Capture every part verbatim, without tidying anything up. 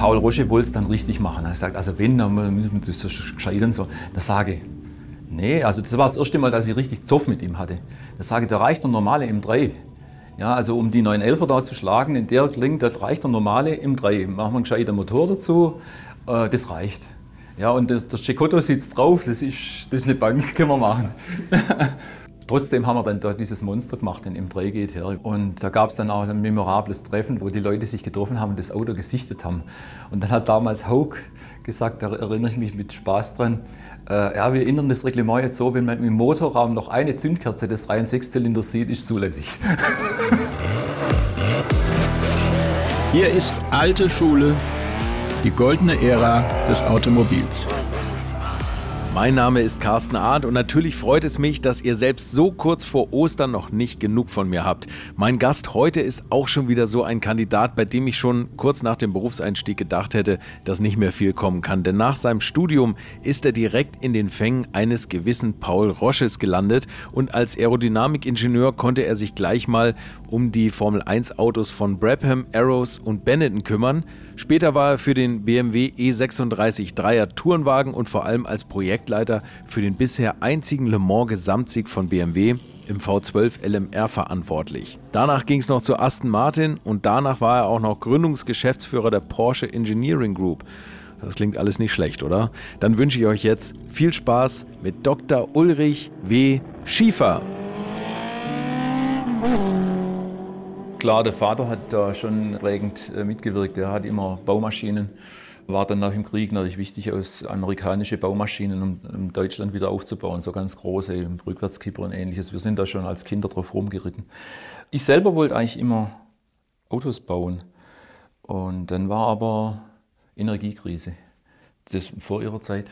Paul Rosche wollte es dann richtig machen. Er sagt, also wenn, dann müssen wir das so gescheit und so. Da sage ich, nee, also das war das erste Mal, dass ich richtig Zoff mit ihm hatte. Da sage ich, da reicht der normale M drei. Ja, also um die neun elfer da zu schlagen, in der klingt, da reicht der normale M drei. Machen wir einen gescheiten Motor dazu, äh, das reicht. Ja, und der, der Cecotto sitzt drauf, das ist, das ist eine Bank, können wir machen. Trotzdem haben wir dann da dieses Monster gemacht, den M drei G T R. Und da gab es dann auch ein memorables Treffen, wo die Leute sich getroffen haben und das Auto gesichtet haben. Und dann hat damals Haug gesagt, da erinnere ich mich mit Spaß dran, äh, ja, wir ändern das Reglement jetzt so, wenn man im Motorraum noch eine Zündkerze des drei- und sechs-Zylinder sieht, ist zulässig. Hier ist alte Schule, die goldene Ära des Automobils. Mein Name ist Carsten Arndt und natürlich freut es mich, dass ihr selbst so kurz vor Ostern noch nicht genug von mir habt. Mein Gast heute ist auch schon wieder so ein Kandidat, bei dem ich schon kurz nach dem Berufseinstieg gedacht hätte, dass nicht mehr viel kommen kann. Denn nach seinem Studium ist er direkt in den Fängen eines gewissen Paul Rosches gelandet und als Aerodynamikingenieur konnte er sich gleich mal um die Formel eins Autos von Brabham, Arrows und Benetton kümmern. Später war er für den B M W E sechsunddreißig Dreier Tourenwagen und vor allem als Projektleiter für den bisher einzigen Le Mans Gesamtsieg von B M W im V zwölf L M R verantwortlich. Danach ging es noch zu Aston Martin und danach war er auch noch Gründungsgeschäftsführer der Porsche Engineering Group. Das klingt alles nicht schlecht, oder? Dann wünsche ich euch jetzt viel Spaß mit Doktor Ulrich W. Schiefer. Klar, der Vater hat da schon prägend mitgewirkt. Er hat immer Baumaschinen, war dann nach dem Krieg natürlich wichtig, aus amerikanische Baumaschinen, um, um Deutschland wieder aufzubauen, so ganz große, Rückwärtskipper und ähnliches. Wir sind da schon als Kinder drauf rumgeritten. Ich selber wollte eigentlich immer Autos bauen und dann war aber Energiekrise. Das vor ihrer Zeit.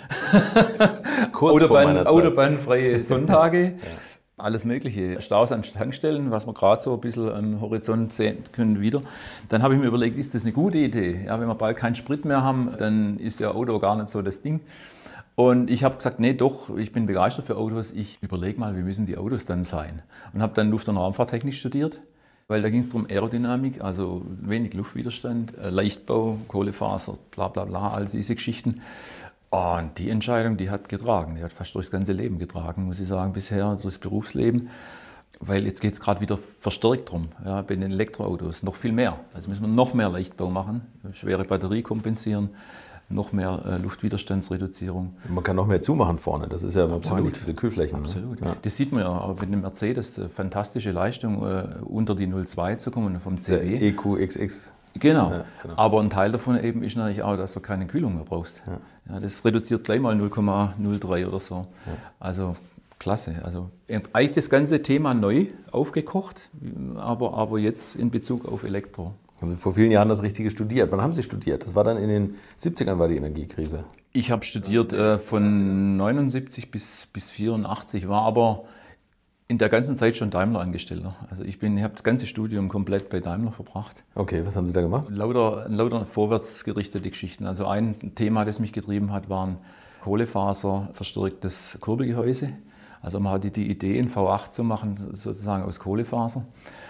Kurz Autobahn, vor meiner Zeit. Autobahnfreie Sonntage. Ja. Alles Mögliche, Staus an Tankstellen, was wir gerade so ein bisschen am Horizont sehen können wieder. Dann habe ich mir überlegt, ist das eine gute Idee? Ja, wenn wir bald keinen Sprit mehr haben, dann ist ja Auto gar nicht so das Ding. Und ich habe gesagt, nee, doch, ich bin begeistert für Autos. Ich überlege mal, wie müssen die Autos dann sein? Und habe dann Luft- und Raumfahrttechnik studiert, weil da ging es darum Aerodynamik, also wenig Luftwiderstand, Leichtbau, Kohlefaser, bla bla bla, all diese Geschichten. Und die Entscheidung, die hat getragen, die hat fast durchs ganze Leben getragen, muss ich sagen, bisher, durchs Berufsleben. Weil jetzt geht es gerade wieder verstärkt drum, ja, bei den Elektroautos, noch viel mehr. Also müssen wir noch mehr Leichtbau machen, schwere Batterie kompensieren, noch mehr äh, Luftwiderstandsreduzierung. Man kann noch mehr zumachen vorne, das ist ja, man braucht nicht diese Kühlflächen. Absolut, ne? Ja. Das sieht man ja auch mit dem Mercedes, äh, fantastische Leistung, äh, unter die null Komma zwei zu kommen vom C W. Der E Q X X. Genau. Ja, genau, aber ein Teil davon eben ist natürlich auch, dass du keine Kühlung mehr brauchst. Ja. Ja, das reduziert gleich mal null Komma null drei oder so. Ja. Also klasse. Also eigentlich das ganze Thema neu aufgekocht, aber, aber jetzt in Bezug auf Elektro. Haben Sie vor vielen Jahren das Richtige studiert? Wann haben Sie studiert? Das war dann in den siebzigern, war die Energiekrise. Ich habe studiert äh, von neunundsiebzig bis, bis vierundachtzig, war aber in der ganzen Zeit schon Daimler-Angestellter. Also ich, ich habe das ganze Studium komplett bei Daimler verbracht. Okay, was haben Sie da gemacht? Lauter, lauter vorwärtsgerichtete Geschichten. Also ein Thema, das mich getrieben hat, waren Kohlefaser, verstärktes Kurbelgehäuse. Also man hatte die Idee, ein V acht zu machen, sozusagen aus Kohlefaser.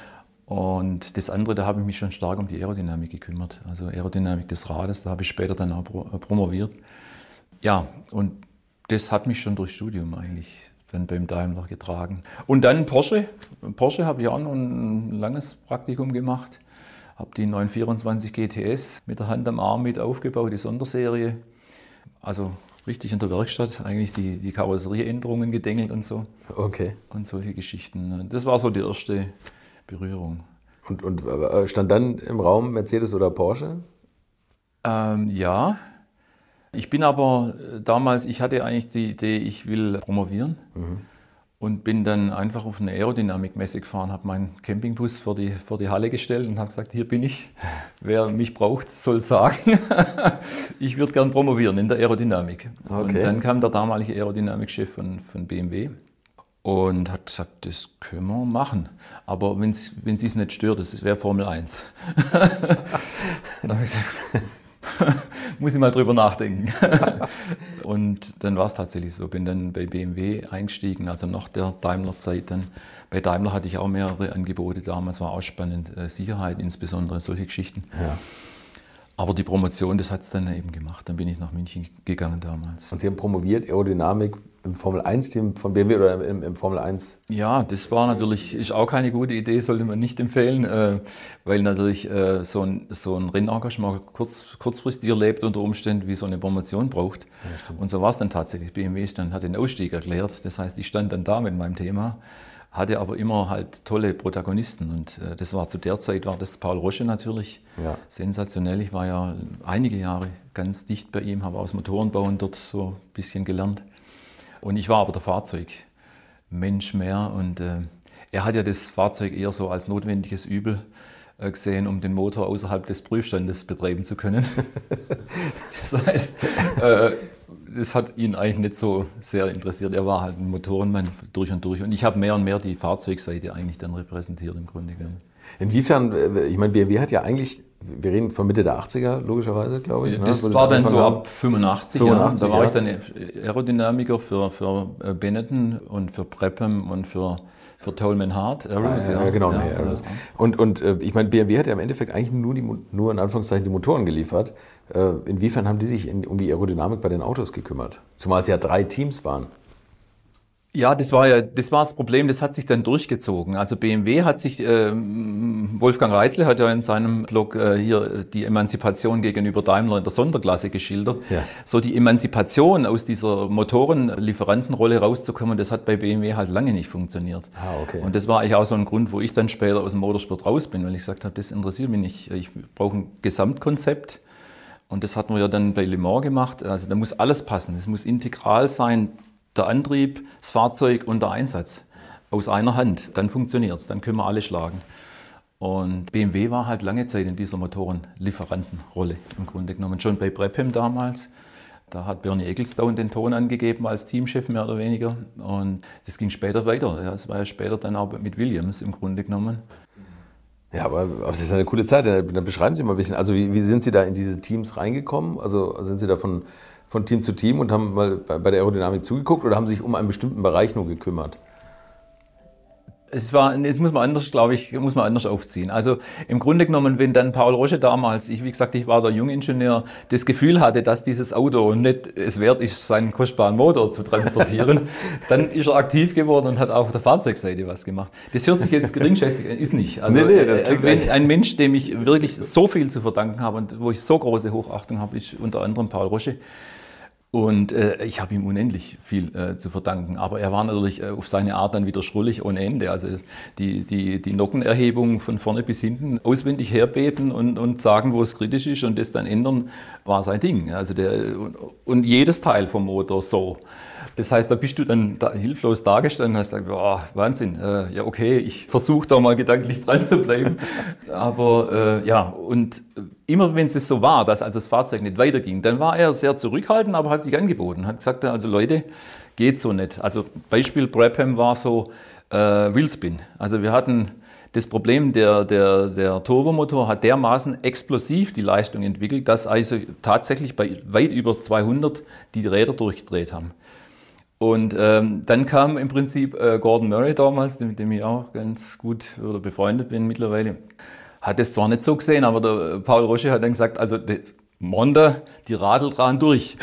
Und das andere, da habe ich mich schon stark um die Aerodynamik gekümmert. Also Aerodynamik des Rades, da habe ich später dann auch promoviert. Ja, und das hat mich schon durchs Studium eigentlich dann beim Daimler getragen. Und dann Porsche. Porsche habe ich auch noch ein langes Praktikum gemacht. Habe die neun vierundzwanzig G T S mit der Hand am Arm mit aufgebaut, die Sonderserie. Also richtig in der Werkstatt, eigentlich die, die Karosserieänderungen gedengelt und so. Okay. Und solche Geschichten. Das war so die erste Berührung. Und, und stand dann im Raum Mercedes oder Porsche? Ähm, ja. Ich bin aber damals, ich hatte eigentlich die Idee, ich will promovieren mhm. und bin dann einfach auf eine Aerodynamikmesse gefahren, habe meinen Campingbus vor die, vor die Halle gestellt und habe gesagt, hier bin ich, wer mich braucht, soll sagen, ich würde gern promovieren in der Aerodynamik. Okay. Und dann kam der damalige Aerodynamikchef von, von B M W und hat gesagt, das können wir machen, aber wenn es Sie nicht stört, das wäre Formel eins. Dann habe ich gesagt, muss ich mal drüber nachdenken. Und dann war es tatsächlich so, bin dann bei B M W eingestiegen, also nach der Daimler-Zeit dann. Bei Daimler hatte ich auch mehrere Angebote damals, war auch spannend, Sicherheit insbesondere, solche Geschichten. Ja. Aber die Promotion, das hat es dann eben gemacht. Dann bin ich nach München gegangen damals. Und Sie haben promoviert Aerodynamik im Formel eins Team von B M W oder im, im Formel eins? Ja, das war natürlich, ist auch keine gute Idee, sollte man nicht empfehlen, äh, weil natürlich äh, so ein, so ein Rennengagement kurz, kurzfristiger lebt unter Umständen, wie so eine Promotion braucht. Ja, und so war es dann tatsächlich. B M W stand, hat den Ausstieg erklärt. Das heißt, ich stand dann da mit meinem Thema, hatte aber immer halt tolle Protagonisten. Und äh, das war zu der Zeit, war das Paul Rosche natürlich ja. sensationell. Ich war ja einige Jahre ganz dicht bei ihm, habe aus Motorenbauen dort so ein bisschen gelernt. Und ich war aber der Fahrzeugmensch mehr und äh, er hat ja das Fahrzeug eher so als notwendiges Übel äh, gesehen, um den Motor außerhalb des Prüfstandes betreiben zu können. Das heißt, äh, das hat ihn eigentlich nicht so sehr interessiert. Er war halt ein Motorenmann durch und durch und ich habe mehr und mehr die Fahrzeugseite eigentlich dann repräsentiert im Grunde genommen. Inwiefern, ich meine, B M W hat ja eigentlich, wir reden von Mitte der achtziger logischerweise, glaube ich. Das ne? war dann so ab fünfundachtzig, fünfundachtzig ja. Da war ja. ich dann Aerodynamiker für, für Benetton und für Brabham und für, für Tolman Hart. Arrows, ah, ja, ja, genau. Ja, nee, Arrows. Und, und ich meine, B M W hat ja im Endeffekt eigentlich nur, die, nur in Anführungszeichen die Motoren geliefert. Inwiefern haben die sich in, um die Aerodynamik bei den Autos gekümmert? Zumal es ja drei Teams waren. Ja, das war ja das war das Problem, das hat sich dann durchgezogen. Also B M W hat sich, äh, Wolfgang Reitzle hat ja in seinem Blog äh, hier die Emanzipation gegenüber Daimler in der Sonderklasse geschildert. Ja. So die Emanzipation aus dieser Motorenlieferantenrolle rauszukommen, das hat bei B M W halt lange nicht funktioniert. Ah, okay. Und das war eigentlich auch so ein Grund, wo ich dann später aus dem Motorsport raus bin, weil ich gesagt habe, das interessiert mich nicht. Ich brauche ein Gesamtkonzept. Und das hatten wir ja dann bei Le Mans gemacht. Also da muss alles passen, es muss integral sein. Der Antrieb, das Fahrzeug und der Einsatz aus einer Hand, dann funktioniert es, dann können wir alle schlagen. Und B M W war halt lange Zeit in dieser Motorenlieferantenrolle im Grunde genommen. Schon bei Brabham damals, da hat Bernie Ecclestone den Ton angegeben als Teamchef mehr oder weniger. Und das ging später weiter. Ja, das war ja später dann auch mit Williams im Grunde genommen. Ja, aber, aber das ist eine coole Zeit. Dann beschreiben Sie mal ein bisschen, also wie, wie sind Sie da in diese Teams reingekommen? Also sind Sie da von... von Team zu Team und haben mal bei der Aerodynamik zugeguckt oder haben sich um einen bestimmten Bereich nur gekümmert? Es war, es muss man anders, glaube ich, muss man anders aufziehen. Also im Grunde genommen, wenn dann Paul Rosche damals, ich, wie gesagt, ich war der Jungingenieur, das Gefühl hatte, dass dieses Auto nicht es wert ist, seinen kostbaren Motor zu transportieren, dann ist er aktiv geworden und hat auch auf der Fahrzeugseite was gemacht. Das hört sich jetzt geringschätzig an, ist nicht. Also, nee, nee, das klingt wenn ein Mensch, dem ich wirklich so viel zu verdanken habe und wo ich so große Hochachtung habe, ist unter anderem Paul Rosche. Und äh, ich habe ihm unendlich viel äh, zu verdanken. Aber er war natürlich äh, auf seine Art dann wieder schrullig ohne Ende. Also die, die, die Nockenerhebung von vorne bis hinten auswendig herbeten und, und sagen, wo es kritisch ist und das dann ändern, war sein Ding. Also der, und, und jedes Teil vom Motor so. Das heißt, da bist du dann da hilflos dargestanden und hast gesagt, boah, Wahnsinn, äh, ja okay, ich versuche da mal gedanklich dran zu bleiben. Aber äh, ja, und immer wenn es so war, dass also das Fahrzeug nicht weiterging, dann war er sehr zurückhaltend, aber hat sich angeboten, hat gesagt, also Leute, geht so nicht. Also Beispiel Brabham war so äh, Wheelspin. Also wir hatten das Problem, der, der, der Turbomotor hat dermaßen explosiv die Leistung entwickelt, dass also tatsächlich bei weit über zweihundert die Räder durchgedreht haben. Und ähm, dann kam im Prinzip äh, Gordon Murray damals, mit dem ich auch ganz gut oder befreundet bin mittlerweile, hat es zwar nicht so gesehen, aber der Paul Rosche hat dann gesagt, also die Monda, die radelt dran durch.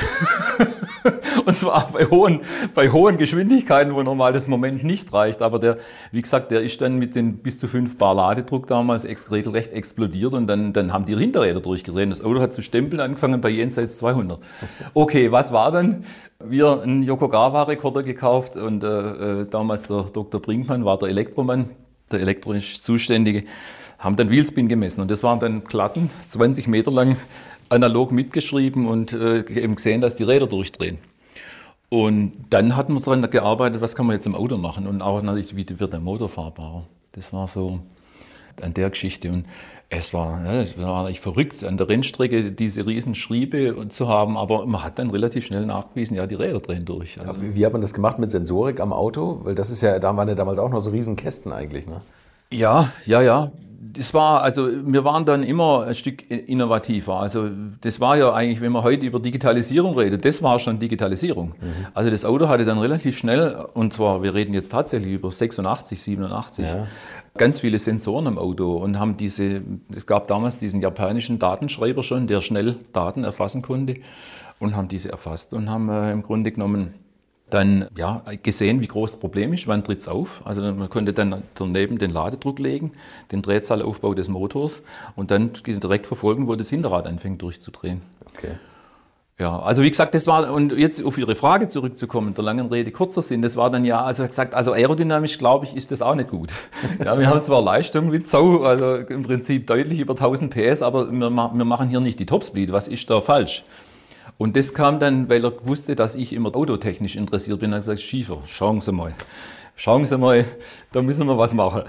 Und zwar bei hohen, bei hohen Geschwindigkeiten, wo normal das Moment nicht reicht. Aber der, wie gesagt, der ist dann mit den bis zu fünf Bar Ladedruck damals ex regelrecht explodiert und dann, dann haben die Hinterräder durchgedreht. Das Auto hat zu stempeln angefangen bei jenseits zweihundert. Okay, was war dann? Wir einen Yokogawa-Rekorder gekauft und äh, damals der Doktor Brinkmann war der Elektromann, der elektronisch Zuständige, haben dann Wheelspin gemessen und das waren dann Platten, zwanzig Meter lang, analog mitgeschrieben und äh, eben gesehen, dass die Räder durchdrehen. Und dann hatten wir daran gearbeitet, was kann man jetzt im Auto machen und auch natürlich, wie wird der Motor fahrbarer. Das war so an der Geschichte und es war, ja, es war eigentlich verrückt, an der Rennstrecke diese riesen Schriebe zu haben, aber man hat dann relativ schnell nachgewiesen, ja, die Räder drehen durch. Also wie hat man das gemacht mit Sensorik am Auto? Weil das ist ja, da waren ja damals auch noch so riesen Kästen eigentlich, ne? Ja, ja, ja. Das war, also wir waren dann immer ein Stück innovativer. Also das war ja eigentlich, wenn man heute über Digitalisierung redet, das war schon Digitalisierung. Mhm. Also das Auto hatte dann relativ schnell, und zwar, wir reden jetzt tatsächlich über sechsundachtzig, siebenundachtzig, ja. ganz viele Sensoren im Auto und haben diese, es gab damals diesen japanischen Datenschreiber schon, der schnell Daten erfassen konnte und haben diese erfasst und haben äh, im Grunde genommen dann ja, gesehen, wie groß das Problem ist, wann tritt es auf. Also man konnte dann daneben den Ladedruck legen, den Drehzahlaufbau des Motors und dann direkt verfolgen, wo das Hinterrad anfängt durchzudrehen. Okay. Ja, also wie gesagt, das war, und jetzt auf Ihre Frage zurückzukommen, der langen Rede kurzer Sinn, das war dann ja, also gesagt, also aerodynamisch glaube ich, ist das auch nicht gut. Ja, wir haben zwar Leistung wie Sau, also im Prinzip deutlich über tausend P S, aber wir, wir machen hier nicht die Topspeed, was ist da falsch? Und das kam dann, weil er wusste, dass ich immer autotechnisch interessiert bin, er hat gesagt, Schiefer, schauen Sie mal. Schauen Sie mal, da müssen wir was machen.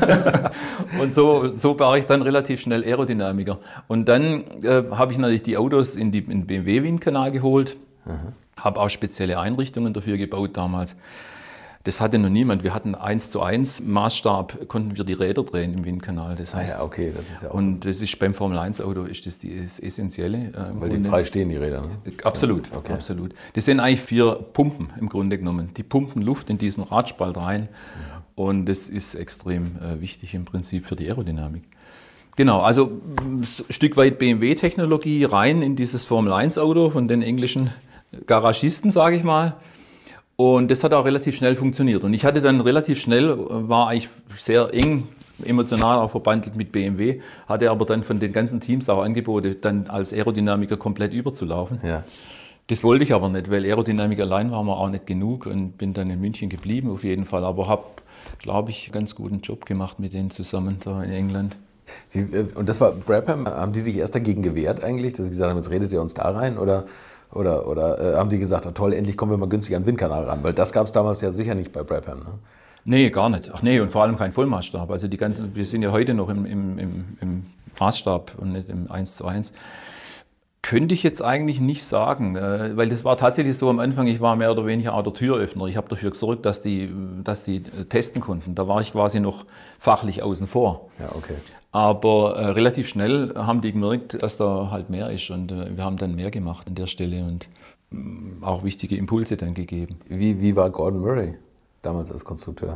Und so, so war ich dann relativ schnell Aerodynamiker. Und dann äh, habe ich natürlich die Autos in, die, in den B M W-Windkanal geholt, habe auch spezielle Einrichtungen dafür gebaut damals. Das hatte noch niemand. Wir hatten eins zu eins Maßstab, konnten wir die Räder drehen im Windkanal. Das heißt, ah ja, okay, das ist ja auch und das ist beim Formel eins Auto ist das die, das Essentielle. Äh, Weil Grunde. die frei stehen, die Räder. Ne? Absolut, ja, okay. absolut. Das sind eigentlich vier Pumpen im Grunde genommen. Die pumpen Luft in diesen Radspalt rein und das ist extrem äh, wichtig im Prinzip für die Aerodynamik. Genau, also ein Stück weit B M W-Technologie rein in dieses Formel eins Auto von den englischen Garagisten, sage ich mal. Und das hat auch relativ schnell funktioniert. Und ich hatte dann relativ schnell, war eigentlich sehr eng emotional auch verbandelt mit B M W, hatte aber dann von den ganzen Teams auch Angebote, dann als Aerodynamiker komplett überzulaufen. Ja. Das wollte ich aber nicht, weil Aerodynamik allein war mir auch nicht genug und bin dann in München geblieben auf jeden Fall. Aber habe, glaube ich, einen ganz guten Job gemacht mit denen zusammen da in England. Wie, und das war Brabham, haben die sich erst dagegen gewehrt eigentlich, dass sie gesagt haben, jetzt redet ihr uns da rein? Oder, oder, oder äh, haben die gesagt, ah, toll, endlich kommen wir mal günstig an den Windkanal ran? Weil das gab es damals ja sicher nicht bei Brabham. Ne? Nee, gar nicht. Ach nee, und vor allem kein Vollmaßstab. Also die ganzen, wir sind ja heute noch im, im, im, im Maßstab und nicht im eins zu eins. Könnte ich jetzt eigentlich nicht sagen, weil das war tatsächlich so am Anfang, ich war mehr oder weniger auch der Türöffner. Ich habe dafür gesorgt, dass die, dass die testen konnten. Da war ich quasi noch fachlich außen vor. Ja, okay. Aber äh, relativ schnell haben die gemerkt, dass da halt mehr ist und äh, wir haben dann mehr gemacht an der Stelle und äh, auch wichtige Impulse dann gegeben. Wie, wie war Gordon Murray damals als Konstrukteur?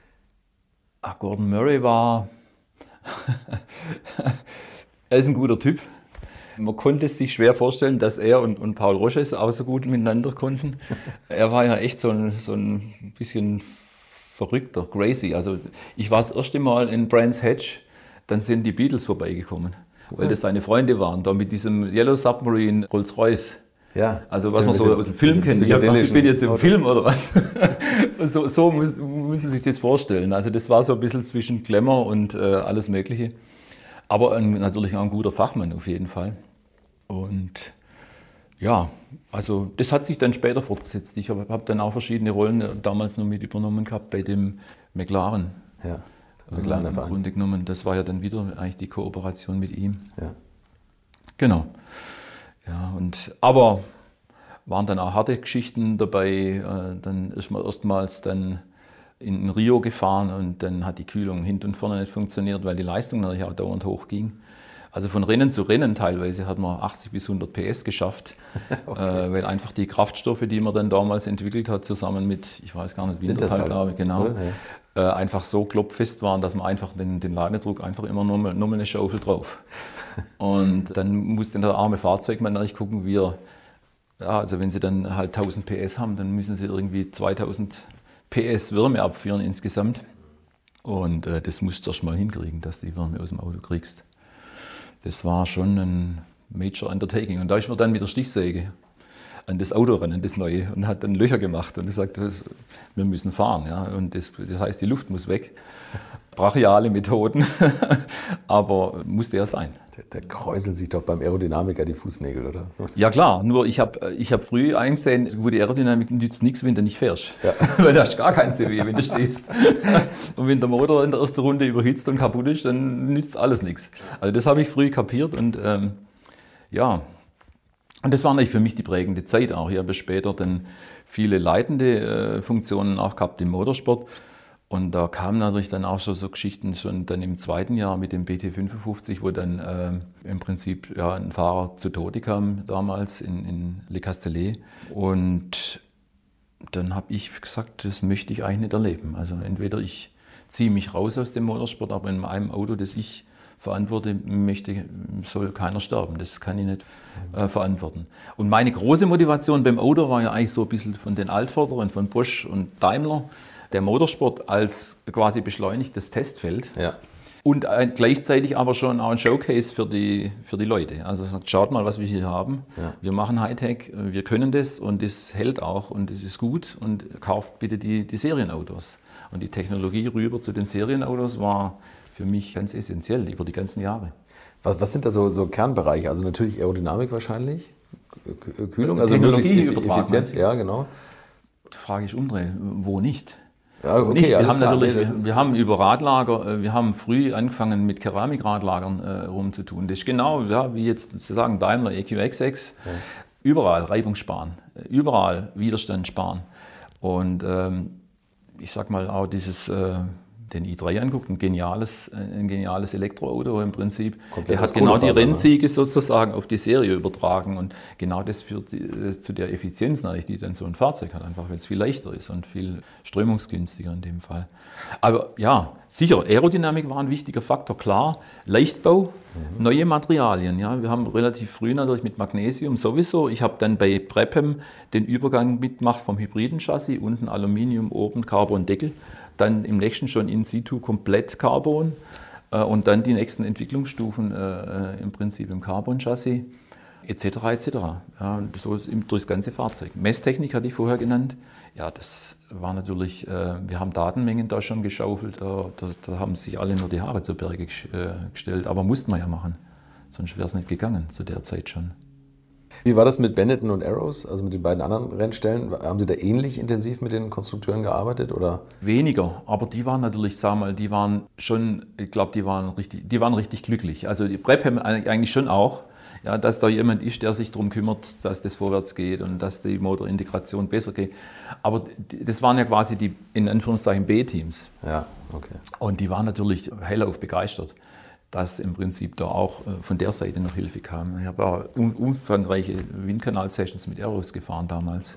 Ach, Gordon Murray war, er ist ein guter Typ. Man konnte es sich schwer vorstellen, dass er und, und Paul Roches auch so gut miteinander konnten. Er war ja echt so ein, so ein bisschen verrückter, crazy. Also ich war das erste Mal in Brands Hatch, dann sind die Beatles vorbeigekommen, weil das seine Freunde waren, da mit diesem Yellow Submarine Rolls-Royce. Ja, also was man so aus dem Film kennt. Ich habe gedacht, ich bin jetzt im Film oder was. so so muss, muss man sich das vorstellen. Also das war so ein bisschen zwischen Glamour und äh, alles Mögliche. Aber ein, natürlich auch ein guter Fachmann auf jeden Fall. Und ja, also das hat sich dann später fortgesetzt. Ich habe hab dann auch verschiedene Rollen damals noch mit übernommen gehabt bei dem McLaren. Ja, McLaren äh, im Grunde genommen. Das war ja dann wieder eigentlich die Kooperation mit ihm. Ja. Genau. Ja, und, aber waren dann auch harte Geschichten dabei. Äh, dann ist man erstmals dann in Rio gefahren und dann hat die Kühlung hinten und vorne nicht funktioniert, weil die Leistung natürlich auch dauernd hochging. Also von Rennen zu Rennen teilweise hat man achtzig bis hundert P S geschafft, okay. äh, weil einfach die Kraftstoffe, die man dann damals entwickelt hat, zusammen mit, ich weiß gar nicht, Wintershall, glaube ich, genau, cool, ja. äh, einfach so klopffest waren, dass man einfach den, den Ladedruck einfach immer nur mal, nur mal eine Schaufel drauf. Und dann musste der arme Fahrzeugmann natürlich gucken, wie er, ja, also wenn sie dann halt tausend P S haben, dann müssen sie irgendwie zweitausend P S Würme abführen insgesamt. Und äh, das musst du erst mal hinkriegen, dass du die Würme aus dem Auto kriegst. Das war schon ein Major Undertaking. Und da ist man dann mit der Stichsäge an das Auto ran, an das Neue, und hat dann Löcher gemacht und gesagt, wir müssen fahren. Ja. Und das, das heißt, die Luft muss weg. Brachiale Methoden, aber musste ja sein. Da, da kräuseln sich doch beim Aerodynamiker die Fußnägel, oder? Ja klar, nur ich habe ich hab früh eingesehen, gute Aerodynamik nützt nichts, wenn du nicht fährst. Ja. Weil da hast du gar kein C W, wenn du stehst. Und wenn der Motor in der ersten Runde überhitzt und kaputt ist, dann nützt alles nichts. Also das habe ich früh kapiert und ähm, ja, und das war natürlich für mich die prägende Zeit auch. Ich habe später dann viele leitende äh, Funktionen auch gehabt im Motorsport. Und da kamen natürlich dann auch schon so Geschichten schon dann im zweiten Jahr mit dem B T fünfundfünfzig, wo dann äh, im Prinzip ja, ein Fahrer zu Tode kam damals in, in Le Castellet. Und dann habe ich gesagt, das möchte ich eigentlich nicht erleben. Also entweder ich ziehe mich raus aus dem Motorsport, aber in einem Auto, das ich verantworte, möchte, soll keiner sterben. Das kann ich nicht äh, verantworten. Und meine große Motivation beim Auto war ja eigentlich so ein bisschen von den Altvorderen, von Bosch und Daimler, der Motorsport als quasi beschleunigtes Testfeld. Ja. Und gleichzeitig aber schon auch ein Showcase für die, für die Leute. Also sagt, schaut mal, was wir hier haben. Ja. Wir machen Hightech, wir können das und das hält auch und das ist gut und kauft bitte die, die Serienautos. Und die Technologie rüber zu den Serienautos war für mich ganz essentiell über die ganzen Jahre. Was, was sind da so, so Kernbereiche? Also natürlich Aerodynamik wahrscheinlich, Kühlung, also möglichst Effizienz, ja genau. Die Frage ist umdrehen, wo nicht? Ja, okay, nicht. Wir, haben klar, natürlich, nee, wir, wir haben über Radlager, wir haben früh angefangen mit Keramikradlagern äh, rumzutun. Das ist genau, ja, wie jetzt zu sagen, Daimler E Q X X, ja. Überall Reibung sparen, überall Widerstand sparen. Und ähm, ich sag mal auch dieses, äh, den i drei anguckt, ein geniales, ein geniales Elektroauto im Prinzip. Komplett der hat genau die Rennsiege sozusagen auf die Serie übertragen und genau das führt äh, zu der Effizienz, die dann so ein Fahrzeug hat, einfach weil es viel leichter ist und viel strömungsgünstiger in dem Fall. Aber ja, sicher, Aerodynamik war ein wichtiger Faktor, klar. Leichtbau, mhm. neue Materialien. Ja, wir haben relativ früh natürlich mit Magnesium sowieso. Ich habe dann bei Brabham den Übergang mitgemacht vom hybriden Chassis, unten Aluminium, oben Carbondeckel. Dann im nächsten schon in situ komplett Carbon äh, und dann die nächsten Entwicklungsstufen äh, im Prinzip im Carbon-Chassis et cetera et cetera. Ja, so ist im, durchs ganze Fahrzeug. Messtechnik hatte ich vorher genannt. Ja, das war natürlich, äh, wir haben Datenmengen da schon geschaufelt, da, da, da haben sich alle nur die Haare zu Berge äh, gestellt, aber mussten wir ja machen, sonst wäre es nicht gegangen zu der Zeit schon. Wie war das mit Benetton und Arrows, also mit den beiden anderen Rennstellen? Haben Sie da ähnlich intensiv mit den Konstrukteuren gearbeitet? Oder? Weniger, aber die waren natürlich, sag mal, die waren schon, ich glaube, die waren richtig, die waren richtig glücklich. Also die Brabham eigentlich schon auch, ja, dass da jemand ist, der sich darum kümmert, dass das vorwärts geht und dass die Motorintegration besser geht. Aber das waren ja quasi die, in Anführungszeichen, B-Teams. Ja, okay. Und die waren natürlich hellauf begeistert, dass im Prinzip da auch von der Seite noch Hilfe kam. Ich habe auch umfangreiche Windkanal-Sessions mit Arrows gefahren damals.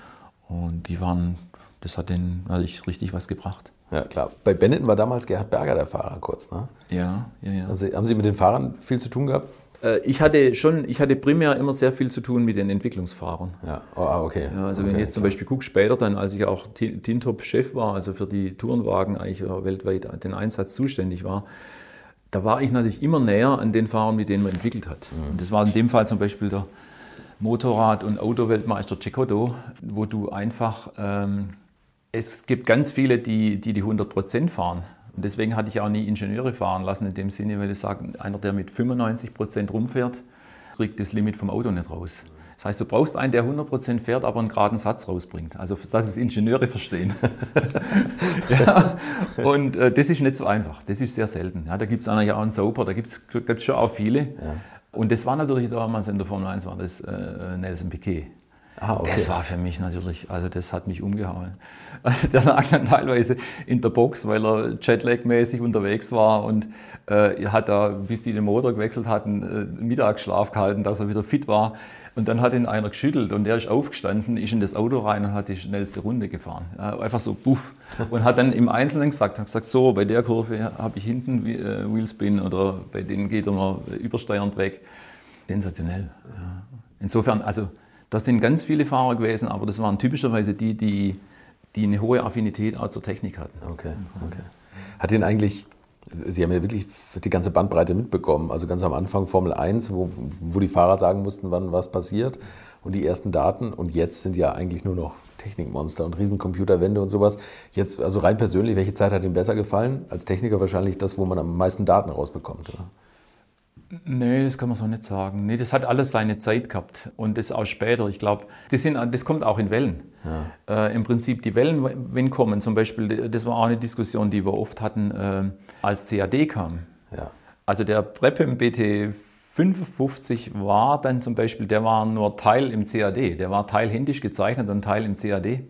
Und die waren, das hat denen natürlich richtig was gebracht. Ja, klar. Bei Benetton war damals Gerhard Berger der Fahrer kurz, ne? Ja, ja, ja. Haben Sie, haben Sie mit den Fahrern viel zu tun gehabt? Ich hatte schon, ich hatte primär immer sehr viel zu tun mit den Entwicklungsfahrern. Ja, oh, okay. Ja, also okay, wenn ich jetzt zum Beispiel gucke, später dann, als ich auch Tintop-Chef war, also für die Tourenwagen eigentlich weltweit den Einsatz zuständig war, da war ich natürlich immer näher an den Fahrern, mit denen man entwickelt hat. Mhm. Und das war in dem Fall zum Beispiel der Motorrad- und Autoweltmeister Cecotto, wo du einfach, ähm, es gibt ganz viele, die die, die hundert Prozent fahren. Und deswegen hatte ich auch nie Ingenieure fahren lassen in dem Sinne, weil ich sage, einer, der mit fünfundneunzig Prozent rumfährt, kriegt das Limit vom Auto nicht raus. Das heißt, du brauchst einen, der hundert Prozent fährt, aber einen geraden Satz rausbringt. Also, dass es Ingenieure verstehen. Ja, und äh, das ist nicht so einfach. Das ist sehr selten. Ja, da gibt es eigentlich auch einen Sauber, da gibt es schon auch viele. Ja. Und das war natürlich damals in der Formel eins, war das äh, Nelson Piquet. Ah, okay. Das war für mich natürlich, also das hat mich umgehauen. Also der lag dann teilweise in der Box, weil er Jetlag-mäßig unterwegs war und äh, hat da, bis die den Motor gewechselt hatten, äh, Mittagsschlaf gehalten, dass er wieder fit war. Und dann hat ihn einer geschüttelt und der ist aufgestanden, ist in das Auto rein und hat die schnellste Runde gefahren. Ja, einfach so buff. Und hat dann im Einzelnen gesagt, hat gesagt, so, bei der Kurve habe ich hinten äh, Wheelspin oder bei denen geht er mal übersteuernd weg. Sensationell. Ja. Insofern, also das sind ganz viele Fahrer gewesen, aber das waren typischerweise die, die, die eine hohe Affinität auch zur Technik hatten. Okay, okay. Hat Ihnen eigentlich, Sie haben ja wirklich die ganze Bandbreite mitbekommen, also ganz am Anfang Formel eins, wo, wo die Fahrer sagen mussten, wann was passiert und die ersten Daten und jetzt sind ja eigentlich nur noch Technikmonster und Riesencomputerwände und sowas. Jetzt, also rein persönlich, welche Zeit hat Ihnen besser gefallen? Als Techniker wahrscheinlich das, wo man am meisten Daten rausbekommt, oder? Nee, das kann man so nicht sagen. Nee, das hat alles seine Zeit gehabt und das auch später. Ich glaube, das, das kommt auch in Wellen. Ja. Äh, Im Prinzip die Wellen, wenn kommen, zum Beispiel, das war auch eine Diskussion, die wir oft hatten, äh, als C A D kam. Ja. Also der Brabham B T fünfundfünfzig war dann zum Beispiel, der war nur Teil im C A D. Der war Teil händisch gezeichnet und Teil im C A D.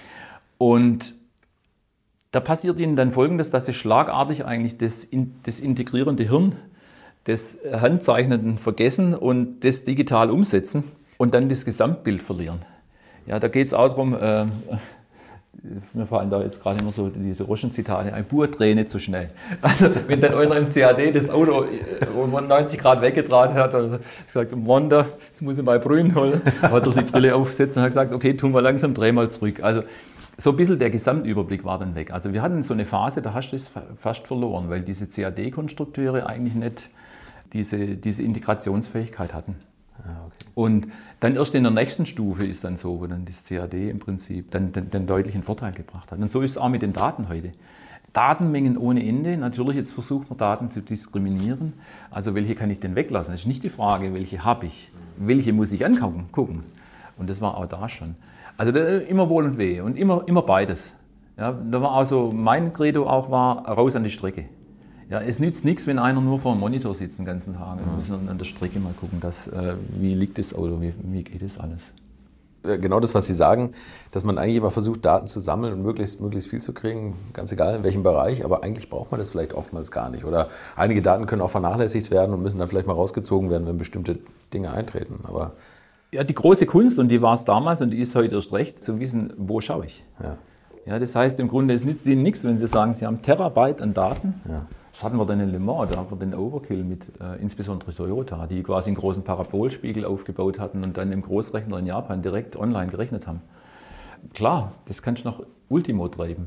Und da passiert ihnen dann Folgendes, dass sie schlagartig eigentlich das, das integrierende Hirn des Handzeichnenden vergessen und das digital umsetzen und dann das Gesamtbild verlieren. Ja, da geht es auch darum, äh, mir fallen da jetzt gerade immer so diese Roschen-Zitate, ein Bur dreht nicht so schnell. Also wenn dann einer im C A D das Auto um neunzig Grad weggetragen hat, hat er gesagt, Wanda, jetzt muss ich mal Brühen holen, hat er die Brille aufgesetzt und hat gesagt, okay, tun wir langsam, dreh mal zurück. Also so ein bisschen der Gesamtüberblick war dann weg. Also wir hatten so eine Phase, da hast du es fast verloren, weil diese C A D-Konstrukteure eigentlich nicht diese, diese Integrationsfähigkeit hatten. Ah, okay. Und dann erst in der nächsten Stufe ist dann so, wo dann das C A D im Prinzip dann den, den deutlichen Vorteil gebracht hat. Und so ist es auch mit den Daten heute. Datenmengen ohne Ende. Natürlich, jetzt versucht man Daten zu diskriminieren. Also welche kann ich denn weglassen? Das ist nicht die Frage, welche habe ich. Welche muss ich angucken? Gucken. Und das war auch da schon. Also immer Wohl und Wehe und immer, immer beides. Ja, da war also mein Credo auch war, raus an die Strecke. Ja, es nützt nichts, wenn einer nur vor dem Monitor sitzt den ganzen Tag. Wir müssen an der Strecke mal gucken, dass, äh, wie liegt das Auto, wie, wie geht das alles. Genau das, was Sie sagen, dass man eigentlich immer versucht, Daten zu sammeln und möglichst, möglichst viel zu kriegen, ganz egal in welchem Bereich, aber eigentlich braucht man das vielleicht oftmals gar nicht. Oder einige Daten können auch vernachlässigt werden und müssen dann vielleicht mal rausgezogen werden, wenn bestimmte Dinge eintreten. Aber ja, die große Kunst, und die war es damals und die ist heute erst recht, zu wissen, wo schaue ich. Ja. Ja, das heißt im Grunde, es nützt Ihnen nichts, wenn Sie sagen, Sie haben Terabyte an Daten. Ja. Das hatten wir dann in Le Mans, da hatten wir den Overkill mit, äh, insbesondere Toyota, die quasi einen großen Parabolspiegel aufgebaut hatten und dann im Großrechner in Japan direkt online gerechnet haben. Klar, das kannst du nach Ultimo treiben.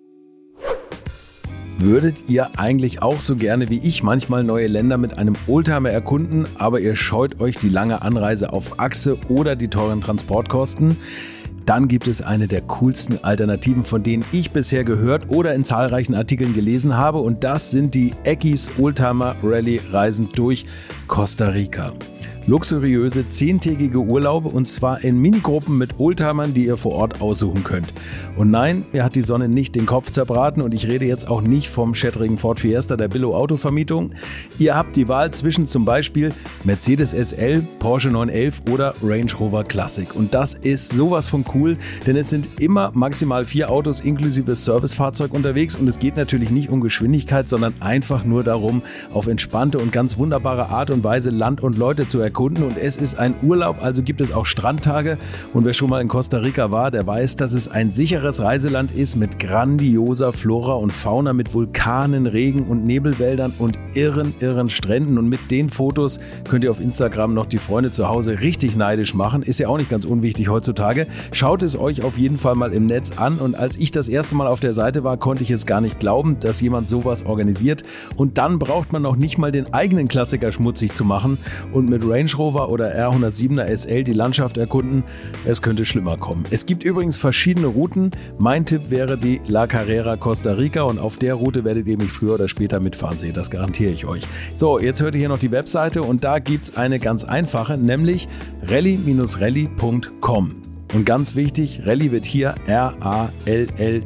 Würdet ihr eigentlich auch so gerne wie ich manchmal neue Länder mit einem Oldtimer erkunden, aber ihr scheut euch die lange Anreise auf Achse oder die teuren Transportkosten? Dann gibt es eine der coolsten Alternativen, von denen ich bisher gehört oder in zahlreichen Artikeln gelesen habe, und das sind die Eckis Oldtimer Rallye Reisen durch Costa Rica. Luxuriöse zehntägige Urlaube, und zwar in Minigruppen mit Oldtimern, die ihr vor Ort aussuchen könnt. Und nein, mir hat die Sonne nicht den Kopf zerbraten, und ich rede jetzt auch nicht vom schättrigen Ford Fiesta der Billo-Autovermietung. Ihr habt die Wahl zwischen zum Beispiel Mercedes S L, Porsche neun elf oder Range Rover Classic. Und das ist sowas von cool, denn es sind immer maximal vier Autos inklusive Servicefahrzeug unterwegs, und es geht natürlich nicht um Geschwindigkeit, sondern einfach nur darum, auf entspannte und ganz wunderbare Art und Weise Land und Leute zu erkunden. Und es ist ein Urlaub, also gibt es auch Strandtage. Und wer schon mal in Costa Rica war, der weiß, dass es ein sicheres Reiseland ist mit grandioser Flora und Fauna, mit Vulkanen, Regen- und Nebelwäldern und irren, irren Stränden. Und mit den Fotos könnt ihr auf Instagram noch die Freunde zu Hause richtig neidisch machen. Ist ja auch nicht ganz unwichtig heutzutage. Schaut es euch auf jeden Fall mal im Netz an. Und als ich das erste Mal auf der Seite war, konnte ich es gar nicht glauben, dass jemand sowas organisiert. Und dann braucht man noch nicht mal den eigenen Klassiker schmutzig zu machen und mit Range Rover oder R hundertsiebener S L die Landschaft erkunden. Es könnte schlimmer kommen. Es gibt übrigens verschiedene Routen. Mein Tipp wäre die La Carrera Costa Rica, und auf der Route werdet ihr mich früher oder später mitfahren sehen. Das garantiere ich euch. So, jetzt hört ihr hier noch die Webseite, und da gibt es eine ganz einfache, nämlich rally Bindestrich rally Punkt com. Und ganz wichtig, Rally wird hier R A L L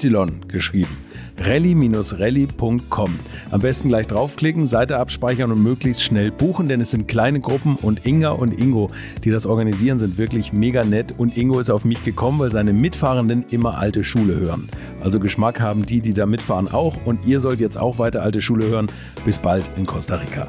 Y geschrieben. rally Bindestrich rally Punkt com. Am besten gleich draufklicken, Seite abspeichern und möglichst schnell buchen, denn es sind kleine Gruppen, und Inga und Ingo, die das organisieren, sind wirklich mega nett, und Ingo ist auf mich gekommen, weil seine Mitfahrenden immer alte Schule hören. Also Geschmack haben die, die da mitfahren, auch, und ihr sollt jetzt auch weiter alte Schule hören. Bis bald in Costa Rica.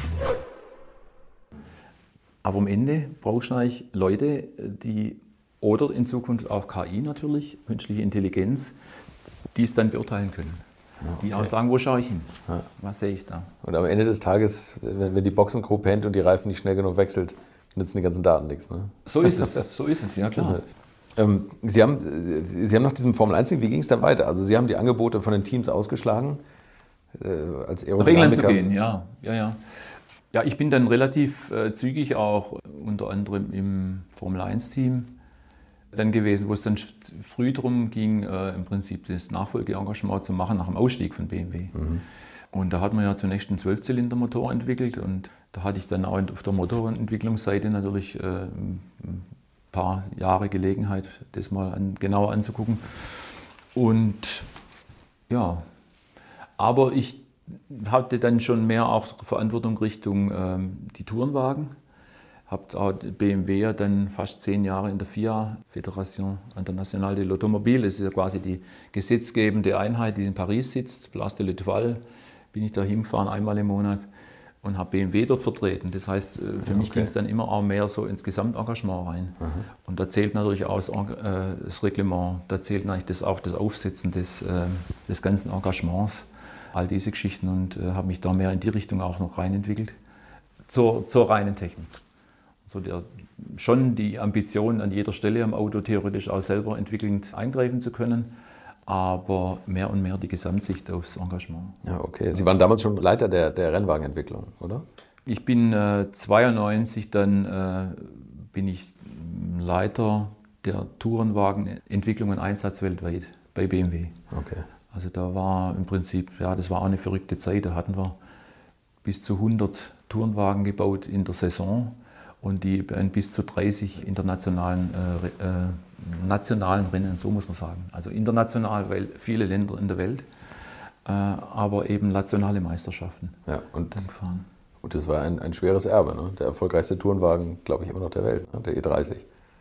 Aber am Ende brauchst du eigentlich Leute, die, oder in Zukunft auch K I natürlich, künstliche Intelligenz, die es dann beurteilen können. Ja, okay. Die auch sagen, wo schaue ich hin? Ja. Was sehe ich da? Und am Ende des Tages, wenn, wenn die Boxencrew pennt und die Reifen nicht schnell genug wechselt, nützen die ganzen Daten nichts. Ne? So ist es, so ist es, ja klar. Also, ähm, Sie haben, Sie haben nach diesem Formel eins Ding, wie ging es dann weiter? Also Sie haben die Angebote von den Teams ausgeschlagen, äh, als Aerodynamiker. Nach England zu gehen, ja, ja, ja. Ja, ich bin dann relativ äh, zügig auch unter anderem im Formel eins Team dann gewesen, wo es dann früh darum ging, äh, im Prinzip das Nachfolgeengagement zu machen nach dem Ausstieg von B M W. Mhm. Und da hat man ja zunächst einen Zwölfzylinder-Motor entwickelt, und da hatte ich dann auch auf der Motorentwicklungsseite natürlich äh, ein paar Jahre Gelegenheit, das mal an, genauer anzugucken. Und ja, aber ich hatte dann schon mehr auch Verantwortung Richtung ähm, die Tourenwagen. Habe B M W ja dann fast zehn Jahre in der F I A, Fédération Internationale de l'Automobile, das ist ja quasi die gesetzgebende Einheit, die in Paris sitzt, Place de l'Étoile, bin ich da hingefahren, einmal im Monat. und habe B M W dort vertreten. Das heißt, für ja, mich okay. ging es dann immer auch mehr so ins Gesamtengagement rein. Aha. Und da zählt natürlich auch das, äh, das Reglement, da zählt natürlich das, auch das Aufsetzen des, äh, des ganzen Engagements, all diese Geschichten und äh, habe mich da mehr in die Richtung auch noch reinentwickelt, zur, zur reinen Technik. So der, schon die Ambition, an jeder Stelle am Auto theoretisch auch selber entwickelnd eingreifen zu können, aber mehr und mehr die Gesamtsicht aufs Engagement. Ja, okay. Sie waren damals schon Leiter der, der Rennwagenentwicklung, oder? Ich bin äh, zweiundneunzig, dann äh, bin ich Leiter der Tourenwagenentwicklung und Einsatz weltweit bei B M W. Okay. Also da war im Prinzip, ja, das war auch eine verrückte Zeit. Da hatten wir bis zu hundert Tourenwagen gebaut in der Saison und die in bis zu dreißig internationalen äh, äh, nationalen Rennen, so muss man sagen. Also international, weil viele Länder in der Welt, äh, aber eben nationale Meisterschaften. Ja, und, dann fahren. Und das war ein, ein schweres Erbe, ne? Der erfolgreichste Tourenwagen, glaube ich, immer noch der Welt, ne? Der E dreißig.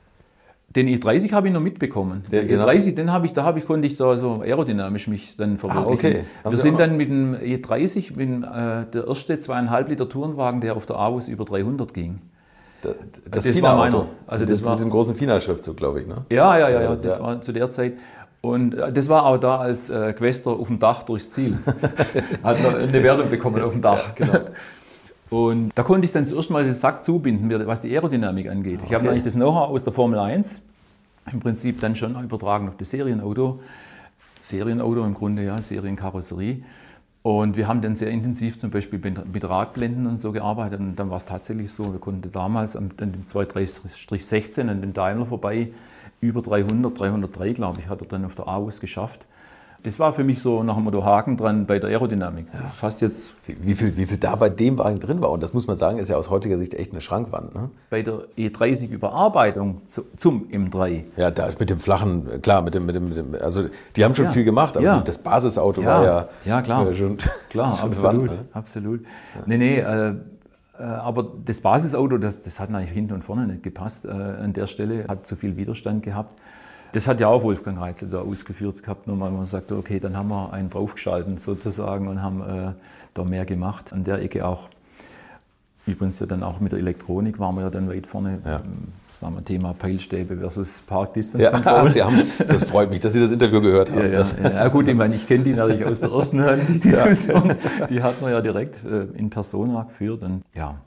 Den E dreißig habe ich noch mitbekommen. Der, den E dreißig, den habe ich, da habe ich, konnte ich da so aerodynamisch mich dann verwirklichen. Ah, okay. Wir Sie sind dann mit dem E dreißig, mit dem, äh, der erste zweieinhalb Liter Tourenwagen, der auf der A W S über dreihundert ging. Das, das, das war meiner. Also das, das war mit diesem großen FINA-Schriftzug, glaube ich, ne? Ja, ja, ja, ja, das ja. war zu der Zeit. Und das war auch da als äh, Quester auf dem Dach durchs Ziel. Hat noch eine Wertung bekommen auf dem Dach. Ja, genau. Und da konnte ich dann zuerst mal den Sack zubinden, was die Aerodynamik angeht. Ich okay. habe eigentlich das Know-how aus der Formel eins im Prinzip dann schon übertragen auf das Serienauto. Serienauto im Grunde, ja, Serienkarosserie. Und wir haben dann sehr intensiv zum Beispiel mit Radblenden und so gearbeitet. Und dann war es tatsächlich so, wir konnten damals an dem zwei drei sechzehn an dem Daimler vorbei, über dreihundert, dreihundertdrei, glaube ich, hat er dann auf der A W S geschafft. Das war für mich so nach dem Motto Haken dran bei der Aerodynamik. Ja. Das heißt jetzt wie, wie, viel, wie viel da bei dem Wagen drin war. Und das muss man sagen, ist ja aus heutiger Sicht echt eine Schrankwand. Ne? Bei der E dreißig Überarbeitung zu, zum M drei. Ja, da mit dem flachen, klar, mit dem, mit dem, mit dem also die haben schon ja. viel gemacht, aber ja. das Basisauto ja. war ja, ja klar, ja schon, klar schon absolut, Wand, ne? absolut. Ja. Nee, nee, äh, äh, aber das Basisauto, das, das hat eigentlich hinten und vorne nicht gepasst. Äh, an der Stelle hat zu viel Widerstand gehabt. Das hat ja auch Wolfgang Reitzle da ausgeführt gehabt, nur mal man sagte, okay, dann haben wir einen draufgeschalten sozusagen und haben äh, da mehr gemacht. An der Ecke auch, übrigens ja dann auch mit der Elektronik waren wir ja dann weit vorne, ja. ähm, sagen wir Thema Peilstäbe versus Park Distance ja, Control. Sie haben, das freut mich, dass Sie das Interview gehört haben. Ja, ja, ja gut, ich meine, ich kenne die natürlich aus der ersten Hand, die Diskussion, ja. die hat man ja direkt äh, in Persona geführt und ja.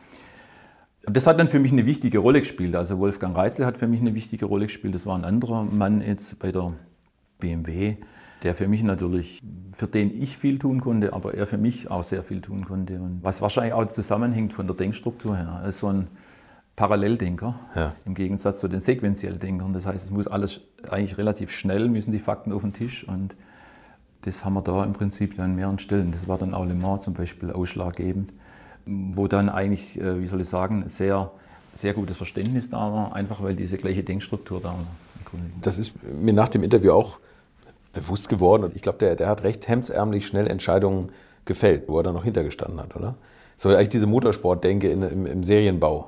Das hat dann für mich eine wichtige Rolle gespielt. Also Wolfgang Reitzle hat für mich eine wichtige Rolle gespielt. Das war ein anderer Mann jetzt bei der B M W, der für mich natürlich, für den ich viel tun konnte, aber er für mich auch sehr viel tun konnte. Und was wahrscheinlich auch zusammenhängt von der Denkstruktur her. Er ist so ein Paralleldenker ja. im Gegensatz zu den Sequentielldenkern. Das heißt, es muss alles eigentlich relativ schnell, müssen die Fakten auf den Tisch. Und das haben wir da im Prinzip an mehreren Stellen. Das war dann auch Le Mans zum Beispiel ausschlaggebend, wo dann eigentlich, wie soll ich sagen, sehr, sehr gutes Verständnis da war, einfach weil diese gleiche Denkstruktur da war. Das ist mir nach dem Interview auch bewusst geworden und ich glaube, der, der hat recht hemdsärmlich schnell Entscheidungen gefällt, wo er dann noch hintergestanden hat, oder? So eigentlich diese Motorsport-Denke in, im, im Serienbau.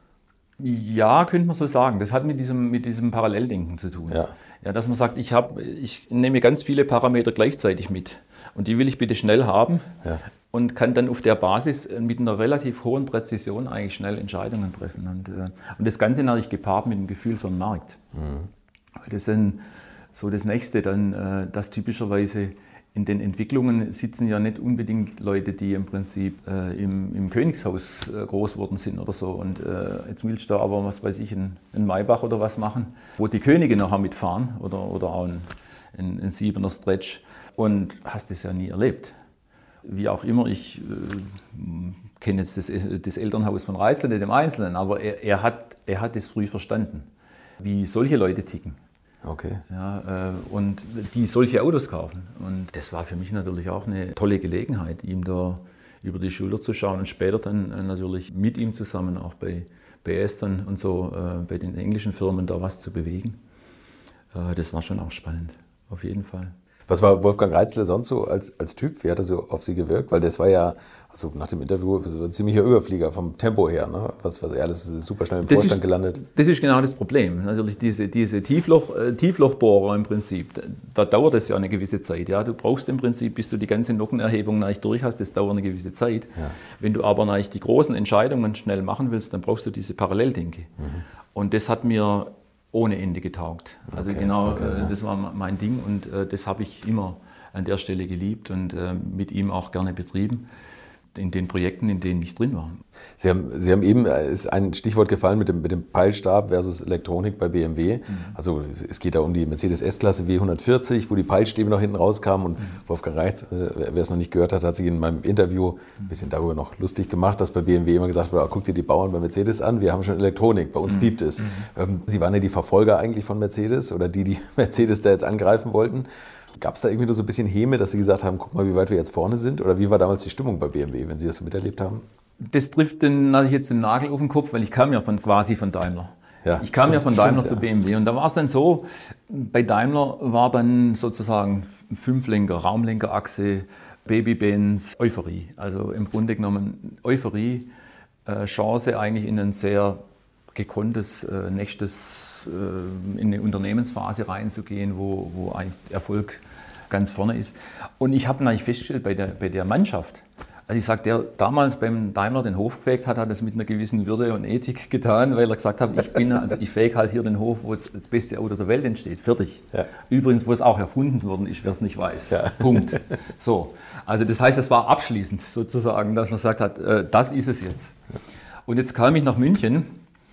Ja, könnte man so sagen. Das hat mit diesem, mit diesem Paralleldenken zu tun. Ja. Ja, dass man sagt, ich, hab, ich nehme ganz viele Parameter gleichzeitig mit und die will ich bitte schnell haben. Ja. Und kann dann auf der Basis mit einer relativ hohen Präzision eigentlich schnell Entscheidungen treffen. Und, äh, und das Ganze natürlich gepaart mit dem Gefühl für den Markt. Mhm. Das ist dann so das Nächste, dann, äh, dass typischerweise in den Entwicklungen sitzen ja nicht unbedingt Leute, die im Prinzip äh, im, im Königshaus äh, groß geworden sind oder so. Und äh, jetzt willst du da aber, was weiß ich, in, in Maybach oder was machen, wo die Könige nachher mitfahren oder, oder auch ein, ein, ein Siebener Stretch und hast das ja nie erlebt. Wie auch immer, ich äh, kenne jetzt das, das Elternhaus von Reitzle nicht im Einzelnen, aber er, er, hat, er hat das früh verstanden, wie solche Leute ticken. Okay. Ja, äh, und die solche Autos kaufen. Und das war für mich natürlich auch eine tolle Gelegenheit, ihm da über die Schulter zu schauen und später dann äh, natürlich mit ihm zusammen auch bei, bei Aston und so, äh, bei den englischen Firmen da was zu bewegen. Äh, das war schon auch spannend, auf jeden Fall. Was war Wolfgang Reitzle sonst so als, als Typ? Wie hat er so auf Sie gewirkt? Weil das war ja, also nach dem Interview, so ein ziemlicher Überflieger vom Tempo her. Ne? Was, was er alles super schnell im das Vorstand ist, gelandet. Das ist genau das Problem. Natürlich diese, diese Tiefloch, äh, Tieflochbohrer im Prinzip, da dauert es ja eine gewisse Zeit. Ja? Du brauchst im Prinzip, bis du die ganze Nockenerhebung durch hast, das dauert eine gewisse Zeit. Ja. Wenn du aber die großen Entscheidungen schnell machen willst, dann brauchst du diese Paralleldenke. Mhm. Und das hat mir ohne Ende getaugt. Also okay, genau, okay, äh, das war mein Ding und äh, das habe ich immer an der Stelle geliebt und äh, mit ihm auch gerne betrieben, in den Projekten, in denen ich drin war. Sie haben, Sie haben eben, ist ein Stichwort gefallen mit dem, mit dem Peilstab versus Elektronik bei B M W. Mhm. Also es geht da um die Mercedes S-Klasse W hundertvierzig, wo die Peilstäbe noch hinten rauskamen und mhm. Wolfgang Reitz, wer es noch nicht gehört hat, hat sich in meinem Interview ein bisschen darüber noch lustig gemacht, dass bei B M W immer gesagt wurde, guck dir die Bauern bei Mercedes an, wir haben schon Elektronik, bei uns mhm. piept es. Mhm. Sie waren ja die Verfolger eigentlich von Mercedes oder die, die Mercedes da jetzt angreifen wollten. Gab es da irgendwie nur so ein bisschen Häme, dass Sie gesagt haben, guck mal, wie weit wir jetzt vorne sind? Oder wie war damals die Stimmung bei B M W, wenn Sie das so miterlebt haben? Das trifft den, jetzt den Nagel auf den Kopf, weil ich kam ja von, quasi von Daimler. Ja, ich kam stimmt, ja von Daimler stimmt, zu ja. B M W und da war es dann so, bei Daimler war dann sozusagen Fünflenker, Raumlenkerachse, Babybands, Euphorie. Also im Grunde genommen Euphorie, äh, Chance eigentlich in ein sehr gekonntes, äh, nächstes, äh, in eine Unternehmensphase reinzugehen, wo, wo eigentlich Erfolg ganz vorne ist. Und ich habe eigentlich festgestellt, bei der, bei der Mannschaft, also ich sage, der damals beim Daimler den Hof gefegt hat, hat das mit einer gewissen Würde und Ethik getan, weil er gesagt hat, ich bin, also ich fege halt hier den Hof, wo jetzt das beste Auto der Welt entsteht, fertig. Ja. Übrigens, wo es auch erfunden worden ist, wer es nicht weiß. Ja. Punkt. So, also das heißt, es war abschließend sozusagen, dass man gesagt hat, äh, das ist es jetzt. Und jetzt kam ich nach München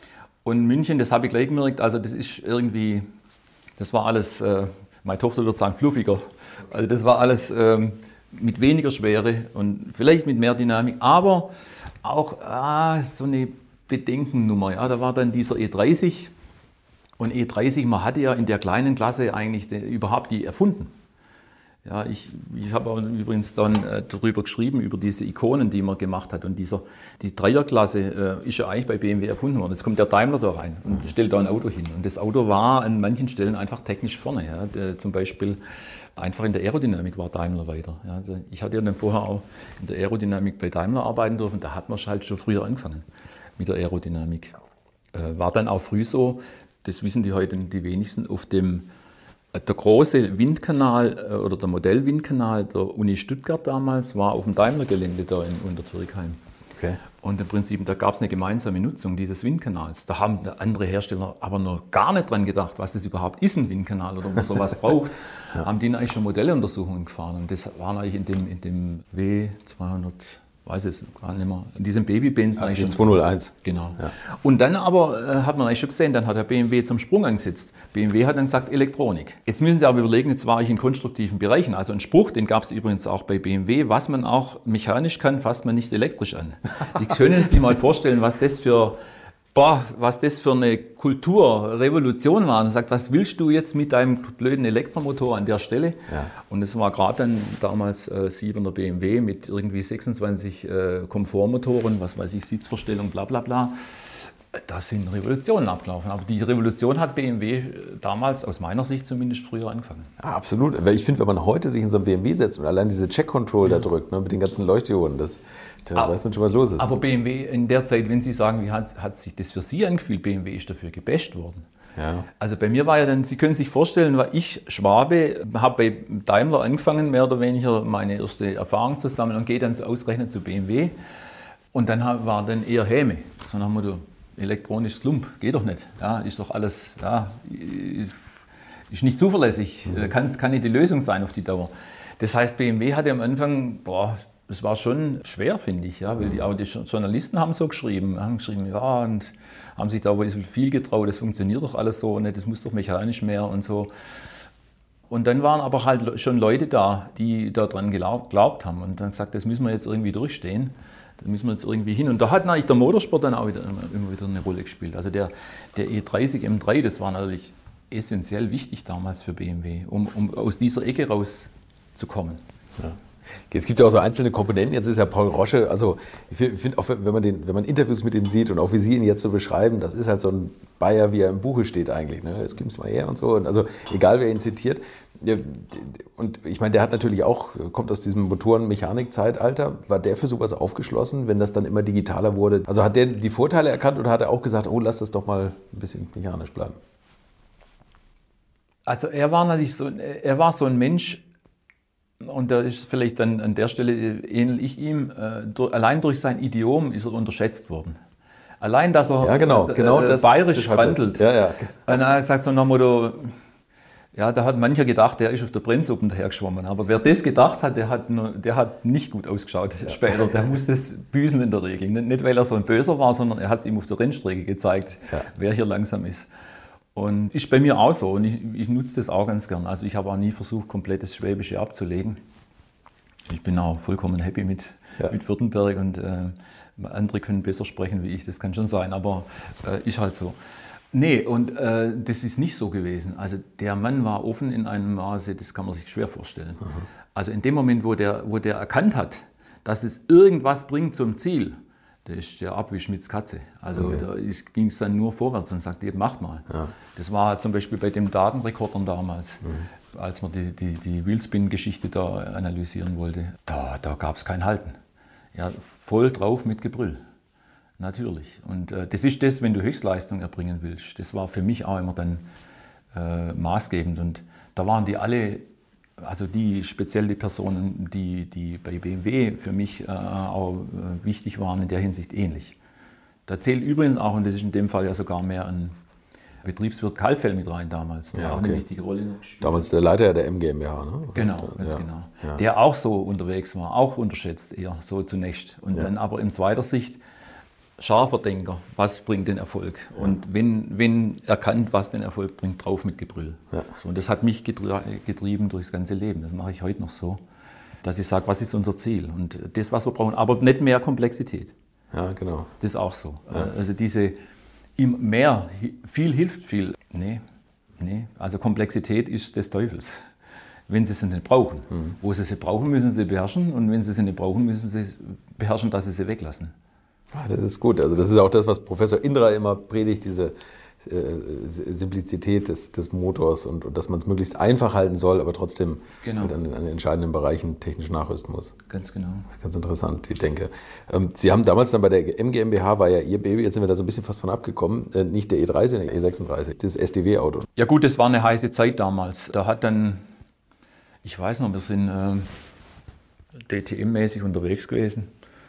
und München, das habe ich gleich gemerkt, also das ist irgendwie, das war alles, äh, meine Tochter würde sagen, fluffiger. Also das war alles ähm, mit weniger Schwere und vielleicht mit mehr Dynamik, aber auch ah, so eine Bedenkennummer. Ja, da war dann dieser E dreißig und E dreißig, man hatte ja in der kleinen Klasse eigentlich die, überhaupt die erfunden. Ja, ich, ich habe übrigens dann äh, darüber geschrieben, über diese Ikonen, die man gemacht hat. Und dieser, die Dreierklasse äh, ist ja eigentlich bei B M W erfunden worden. Jetzt kommt der Daimler da rein und stellt da ein Auto hin. Und das Auto war an manchen Stellen einfach technisch vorne. Ja. Der, zum Beispiel einfach in der Aerodynamik war Daimler weiter. Ja. Ich hatte ja dann vorher auch in der Aerodynamik bei Daimler arbeiten dürfen. Da hat man halt schon früher angefangen mit der Aerodynamik. Äh, war dann auch früh so, das wissen die heute die wenigsten, auf dem der große Windkanal oder der Modellwindkanal der Uni Stuttgart damals war auf dem Daimler-Gelände da in Unterzürikheim. Okay. Und im Prinzip, da gab es eine gemeinsame Nutzung dieses Windkanals. Da haben andere Hersteller aber noch gar nicht dran gedacht, was das überhaupt ist, ein Windkanal oder was sowas braucht. Ja. Haben die eigentlich schon Modelluntersuchungen gefahren. Und das waren eigentlich in dem, in dem W zweihundert, weiß es gar nicht mehr, in diesem Baby-Benz. Ja, schon zweihunderteins. Genau. Ja. Und dann aber äh, hat man eigentlich schon gesehen, dann hat der B M W zum Sprung angesetzt. B M W hat dann gesagt Elektronik. Jetzt müssen Sie aber überlegen, jetzt war ich in konstruktiven Bereichen. Also ein Spruch, den gab es übrigens auch bei B M W, was man auch mechanisch kann, fasst man nicht elektrisch an. Sie können sich mal vorstellen, was das für... Boah, was das für eine Kulturrevolution war. Und er sagt, was willst du jetzt mit deinem blöden Elektromotor an der Stelle? Ja. Und es war gerade dann damals äh, siebener B M W mit irgendwie sechsundzwanzig äh, Komfortmotoren, was weiß ich, Sitzverstellung, bla bla bla. Da sind Revolutionen abgelaufen. Aber die Revolution hat B M W damals, aus meiner Sicht zumindest, früher angefangen. Ja, absolut. Weil ich finde, wenn man heute sich in so ein B M W setzt und allein diese Check-Control ja. da drückt, ne, mit den ganzen Leuchtdioden, das, da aber, weiß man schon, was los ist. Aber B M W in der Zeit, wenn Sie sagen, wie hat, hat sich das für Sie angefühlt, B M W ist dafür gebasht worden. Ja. Also bei mir war ja dann, Sie können sich vorstellen, weil ich Schwabe, habe bei Daimler angefangen, mehr oder weniger meine erste Erfahrung zu sammeln und gehe dann ausgerechnet zu B M W. Und dann war dann eher Häme. So nach dem Motto, elektronisches Klump, geht doch nicht. Ja, ist doch alles, ja, ist nicht zuverlässig, mhm. kann, kann nicht die Lösung sein auf die Dauer. Das heißt, B M W hatte am Anfang, boah, das war schon schwer, finde ich, ja, weil die, auch die Journalisten haben so geschrieben, haben geschrieben, ja, und haben sich da wohl viel getraut, das funktioniert doch alles so nicht, das muss doch mechanisch mehr und so. Und dann waren aber halt schon Leute da, die daran geglaubt haben und dann gesagt, das müssen wir jetzt irgendwie durchstehen. Da müssen wir jetzt irgendwie hin. Und da hat natürlich der Motorsport dann auch wieder, immer wieder eine Rolle gespielt. Also der, der E dreißig M drei, das war natürlich essentiell wichtig damals für B M W, um, um aus dieser Ecke rauszukommen. Ja. Es gibt ja auch so einzelne Komponenten. Jetzt ist ja Paul Rosche, also ich finde auch, wenn man, den, wenn man Interviews mit ihm sieht und auch wie Sie ihn jetzt so beschreiben, das ist halt so ein Bayer, wie er im Buche steht eigentlich. Ne? Jetzt gib's mal her und so. Und also egal, wer ihn zitiert. Und ich meine, der hat natürlich auch, kommt aus diesem Motoren-Mechanik-Zeitalter. War der für sowas aufgeschlossen, wenn das dann immer digitaler wurde? Also hat der die Vorteile erkannt oder hat er auch gesagt, oh, lass das doch mal ein bisschen mechanisch bleiben? Also er war natürlich so, er war so ein Mensch, und da ist vielleicht dann an der Stelle ähnel ich ihm, äh, durch, allein durch sein Idiom ist er unterschätzt worden. Allein, dass er ja, genau, dass, genau äh, das bayerisch krantelt. Ja, ja. Und er sagt so nach dem Motto, ja, da hat mancher gedacht, der ist auf der Brennsuppe dahergeschwommen. Aber wer das gedacht hat, der hat, nur, der hat nicht gut ausgeschaut ja. später. Der muss das büßen in der Regel. Nicht, weil er so ein Böser war, sondern er hat es ihm auf der Rennstrecke gezeigt, ja. wer hier langsam ist. Und ist bei mir auch so und ich, ich nutze das auch ganz gern. Also ich habe auch nie versucht, komplett das Schwäbische abzulegen. Ich bin auch vollkommen happy mit, ja. mit Württemberg und äh, andere können besser sprechen wie ich, das kann schon sein, aber äh, ist halt so. Nee, und äh, das ist nicht so gewesen. Also der Mann war offen in einem Maße, das kann man sich schwer vorstellen. Mhm. Also in dem Moment, wo der, wo der erkannt hat, dass es irgendwas bringt zum Ziel, da ist der ab wie Schmitz Katze. Also okay. da ging es dann nur vorwärts und sagte, macht mal. Ja. Das war zum Beispiel bei den Datenrekordern damals, mhm. als man die, die, die Wheelspin-Geschichte da analysieren wollte. Da, da gab es kein Halten. Ja, voll drauf mit Gebrüll. Natürlich. Und äh, das ist das, wenn du Höchstleistung erbringen willst. Das war für mich auch immer dann äh, maßgebend. Und da waren die alle, also die speziell die Personen, die, die bei B M W für mich äh, auch äh, wichtig waren, in der Hinsicht ähnlich. Da zählt übrigens auch, und das ist in dem Fall ja sogar mehr ein Betriebswirt Kalfell mit rein damals, der ja, okay. auch eine wichtige Rolle gespielt. Damals der Leiter der M GmbH, ne? Genau, und, ganz ja. genau. Ja. Der auch so unterwegs war, auch unterschätzt eher, so zunächst. Und ja. dann aber in zweiter Sicht scharfer Denker, was bringt den Erfolg? Ja. Und wenn, wenn erkannt, was den Erfolg bringt, drauf mit Gebrüll. Ja. So, und das hat mich getrieben durchs ganze Leben. Das mache ich heute noch so, dass ich sage, was ist unser Ziel? Und das, was wir brauchen, aber nicht mehr Komplexität. Ja, genau. Das ist auch so. Ja. Also diese mehr, viel hilft viel. Nee, nee. Also Komplexität ist des Teufels. Wenn sie sie nicht brauchen. Mhm. Wo sie sie brauchen, müssen sie beherrschen. Und wenn sie sie nicht brauchen, müssen sie beherrschen, dass sie sie weglassen. Das ist gut. Also das ist auch das, was Professor Indra immer predigt, diese äh, Simplizität des, des Motors und, und dass man es möglichst einfach halten soll, aber trotzdem genau. an, an den entscheidenden Bereichen technisch nachrüsten muss. Ganz genau. Das ist ganz interessant, die Denke. Ähm, Sie haben damals dann bei der M GmbH, war ja Ihr Baby, jetzt sind wir da so ein bisschen fast von abgekommen, äh, nicht der E dreißig, sondern der E sechsunddreißig, das S D W-Auto. Ja gut, das war eine heiße Zeit damals. Da hat dann, ich weiß noch, wir sind äh, D T M-mäßig unterwegs gewesen.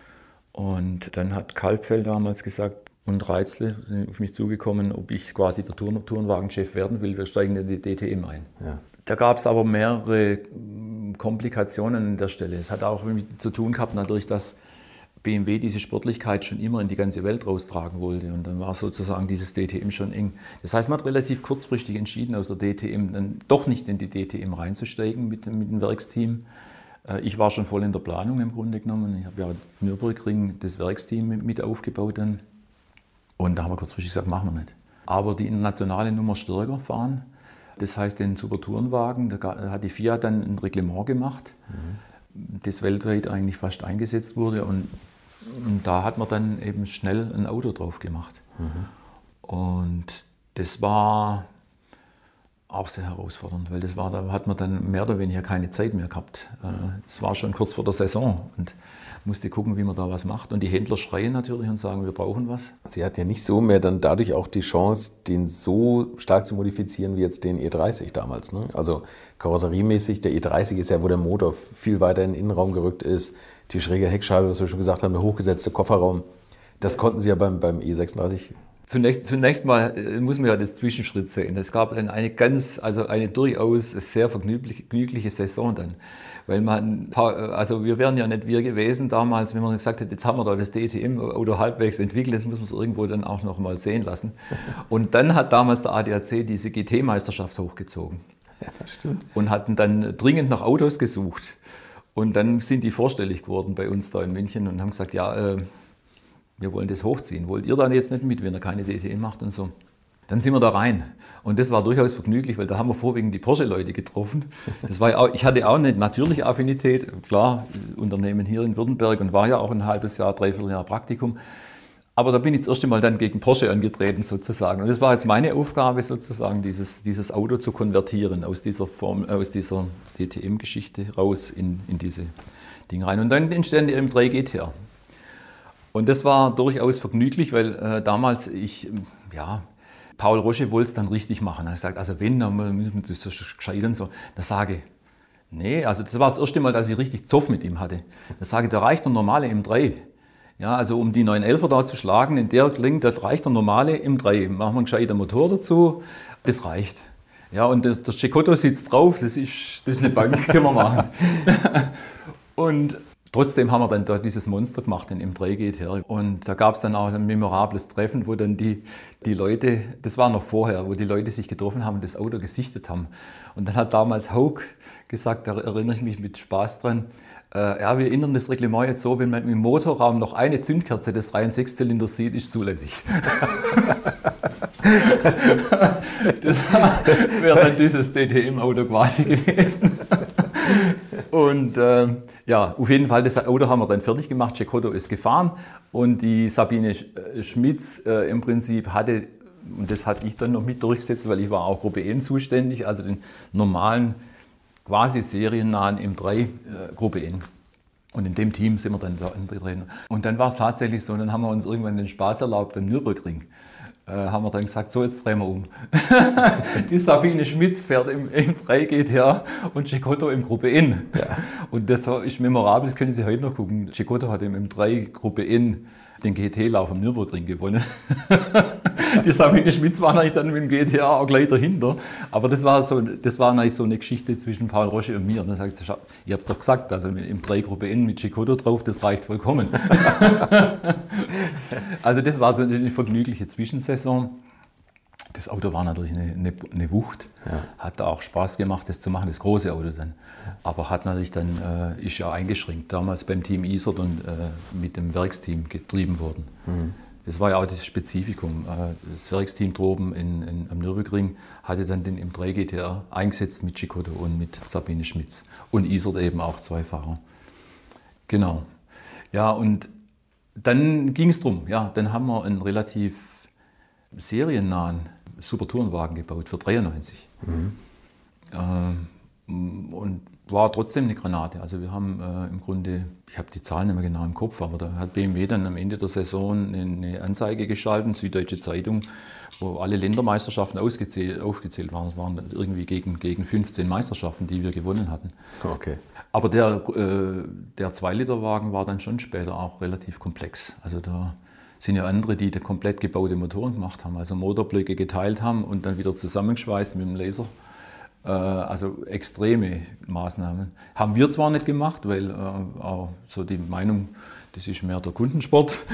Und dann hat Kalbfell damals gesagt und Reitzle sind auf mich zugekommen, ob ich quasi der Touren- Tourenwagenchef werden will. Wir steigen in die D T M ein. Ja. Da gab es aber mehrere Komplikationen an der Stelle. Es hat auch damit zu tun gehabt, natürlich, dass B M W diese Sportlichkeit schon immer in die ganze Welt raustragen wollte. Und dann war sozusagen dieses D T M schon eng. Das heißt, man hat relativ kurzfristig entschieden, aus der D T M dann doch nicht in die D T M reinzusteigen mit, mit dem Werksteam. Ich war schon voll in der Planung im Grunde genommen. Ich habe ja Nürburgring das Werksteam mit aufgebaut dann. Und da haben wir kurzfristig gesagt, machen wir nicht. Aber die internationale Nummer stärker fahren, das heißt den Supertourenwagen, da hat die Fiat dann ein Reglement gemacht, mhm. das weltweit eigentlich fast eingesetzt wurde. Und, und da hat man dann eben schnell ein Auto drauf gemacht. Mhm. Und das war auch sehr herausfordernd, weil das war, da hat man dann mehr oder weniger keine Zeit mehr gehabt. Es war schon kurz vor der Saison und musste gucken, wie man da was macht. Und die Händler schreien natürlich und sagen, wir brauchen was. Sie hatten ja nicht so mehr dann dadurch auch die Chance, den so stark zu modifizieren wie jetzt den E dreißig damals. Ne? Also karosseriemäßig, der E dreißig ist ja, wo der Motor viel weiter in den Innenraum gerückt ist. Die schräge Heckscheibe, was wir schon gesagt haben, der hochgesetzte Kofferraum. Das konnten Sie ja beim, beim E sechsunddreißig. Zunächst, zunächst mal muss man ja das Zwischenschritt sehen. Es gab dann eine ganz, also eine durchaus sehr vergnügliche Saison dann. Weil man, also wir wären ja nicht wir gewesen damals, wenn man gesagt hätte, jetzt haben wir da das D T M-Auto halbwegs entwickelt, das muss man es irgendwo dann auch noch mal sehen lassen. Und dann hat damals der A D A C diese G T-Meisterschaft hochgezogen. Ja, stimmt. Und hatten dann dringend nach Autos gesucht. Und dann sind die vorstellig geworden bei uns da in München und haben gesagt, ja, äh, wir wollen das hochziehen. Wollt ihr dann jetzt nicht mit, wenn ihr keine D T M macht und so? Dann sind wir da rein. Und das war durchaus vergnüglich, weil da haben wir vorwiegend die Porsche-Leute getroffen. Das war ja auch, ich hatte auch eine natürliche Affinität, klar, Unternehmen hier in Württemberg und war ja auch ein halbes Jahr, dreiviertel Jahr Praktikum. Aber da bin ich das erste Mal dann gegen Porsche angetreten sozusagen. Und das war jetzt meine Aufgabe sozusagen, dieses, dieses Auto zu konvertieren aus dieser Form, aus dieser D T M-Geschichte raus in, in diese Dinge rein. Und dann entstand die M drei G T R. Und das war durchaus vergnüglich, weil äh, damals ich, ja, Paul Rosche wollte es dann richtig machen. Er hat gesagt, also wenn, dann müssen wir das gescheit und so. Da sage ich, nee, also das war das erste Mal, dass ich richtig Zoff mit ihm hatte. Da sage ich, da reicht der normale M drei. Ja, also um die neun elfer da zu schlagen, in der klingt, das reicht der normale M drei. Machen wir einen gescheiten Motor dazu, das reicht. Ja, und der, der Cecotto sitzt drauf, das ist, das ist eine Bank, können wir machen. Und trotzdem haben wir dann da dieses Monster gemacht, den M drei G T R. Und da gab es dann auch ein memorables Treffen, wo dann die, die Leute, das war noch vorher, wo die Leute sich getroffen haben und das Auto gesichtet haben. Und dann hat damals Haug gesagt, da erinnere ich mich mit Spaß dran, äh, ja, wir ändern das Reglement jetzt so, wenn man im Motorraum noch eine Zündkerze des drei- und sechs-Zylinders sieht, ist zulässig. Das wäre dann dieses D T M-Auto quasi gewesen. Und äh, ja, auf jeden Fall, das Auto haben wir dann fertig gemacht, Cecotto ist gefahren und die Sabine Schmitz äh, im Prinzip hatte, und das hatte ich dann noch mit durchgesetzt, weil ich war auch Gruppe N zuständig, also den normalen, quasi seriennahen M drei äh, Gruppe N. Und in dem Team sind wir dann da angetreten. Und dann war es tatsächlich so, dann haben wir uns irgendwann den Spaß erlaubt am Nürburgring. Äh, haben wir dann gesagt, so jetzt drehen wir um. Die Sabine Schmitz fährt im M drei G T R und Cecotto im Gruppe N. Ja. Und das ist memorabel, das können Sie heute noch gucken. Cecotto hat im M drei Gruppe N den G T-Lauf am Nürburgring gewonnen. Die Sabine Schmitz war eigentlich dann mit dem G T R auch gleich dahinter. Aber das war, so, das war eigentlich so eine Geschichte zwischen Paul Rosche und mir. Und dann sagt sie, ihr habt doch gesagt, also im M drei Gruppe N mit Cecotto drauf, das reicht vollkommen. Also das war so eine vergnügliche Zwischensaison. Das Auto war natürlich eine, eine, eine Wucht, ja. Hat auch Spaß gemacht, das zu machen, das große Auto dann. Aber hat natürlich dann, äh, ist ja eingeschränkt, damals beim Team Isert und äh, mit dem Werksteam getrieben worden. Mhm. Das war ja auch das Spezifikum. Das Werksteam droben in, in, am Nürburgring hatte dann den M drei G T R eingesetzt mit Cecotto und mit Sabine Schmitz. Und Isert eben auch zwei Fahrer. Genau. Ja, und dann ging es drum. Ja, dann haben wir einen relativ seriennahen Supertourenwagen gebaut für dreiundneunzig. Mhm. Ähm, und war trotzdem eine Granate. Also wir haben äh, im Grunde, ich habe die Zahlen nicht mehr genau im Kopf, aber da hat B M W dann am Ende der Saison eine Anzeige geschaltet, Süddeutsche Zeitung, wo alle Ländermeisterschaften aufgezählt, aufgezählt waren. Es waren irgendwie gegen, gegen fünfzehn Meisterschaften, die wir gewonnen hatten. Okay. Aber der, äh, der zwei-Liter-Wagen war dann schon später auch relativ komplex. Also da sind ja andere, die komplett gebaute Motoren gemacht haben, also Motorblöcke geteilt haben und dann wieder zusammengeschweißt mit dem Laser. Also extreme Maßnahmen. Haben wir zwar nicht gemacht, weil äh, auch so die Meinung, das ist mehr der Kundensport,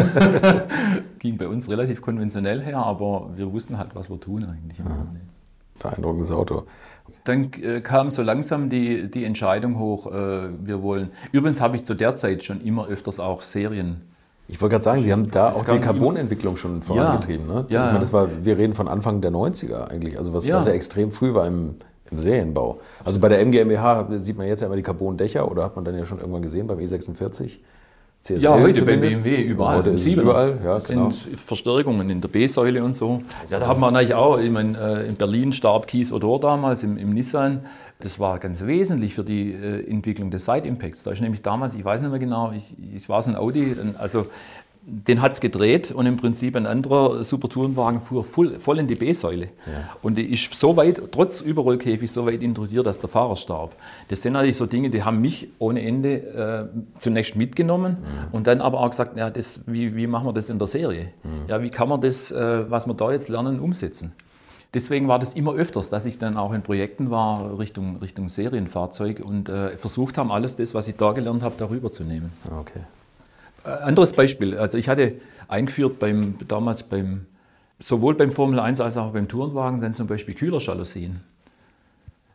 ging bei uns relativ konventionell her, aber wir wussten halt, was wir tun eigentlich. Ja. Beeindruckendes Auto. Dann äh, kam so langsam die, die Entscheidung hoch, äh, wir wollen, übrigens habe ich zu der Zeit schon immer öfters auch Serien. Ich wollte gerade sagen, Sie haben da das auch die Carbon-Entwicklung schon vorangetrieben. Ja, ne? Ja, ich meine, das war, wir reden von Anfang der neunziger eigentlich, also was, ja. was ja extrem früh war im, im Serienbau. Also bei der M GmbH sieht man jetzt ja immer die Carbon-Dächer oder hat man dann ja schon irgendwann gesehen beim E sechsundvierzig? C S L ja, heute zumindest. Bei B M W überall. Heute ist es überall, ja, genau. Sind Verstärkungen in der B-Säule und so. Ja, da haben wir natürlich auch, ich meine, in Berlin starb Keith Odor damals im, im Nissan. Das war ganz wesentlich für die äh, Entwicklung des Side Impacts. Da ist nämlich damals, ich weiß nicht mehr genau, ich, ich war es ein Audi, also den hat es gedreht und im Prinzip ein anderer Supertourenwagen fuhr voll, voll in die B-Säule. Ja. Und die ist so weit, trotz Überrollkäfig, so weit intrudiert, dass der Fahrer starb. Das sind natürlich so Dinge, die haben mich ohne Ende äh, zunächst mitgenommen mhm. und dann aber auch gesagt, ja, das, wie, wie machen wir das in der Serie? Mhm. Ja, wie kann man das, äh, was wir da jetzt lernen, umsetzen? Deswegen war das immer öfters, dass ich dann auch in Projekten war Richtung, Richtung Serienfahrzeug und äh, versucht haben, alles das, was ich da gelernt habe, darüber zu nehmen. Okay. Anderes Beispiel, also ich hatte eingeführt beim, damals beim, sowohl beim Formel eins als auch beim Tourenwagen dann zum Beispiel Kühlerjalousien.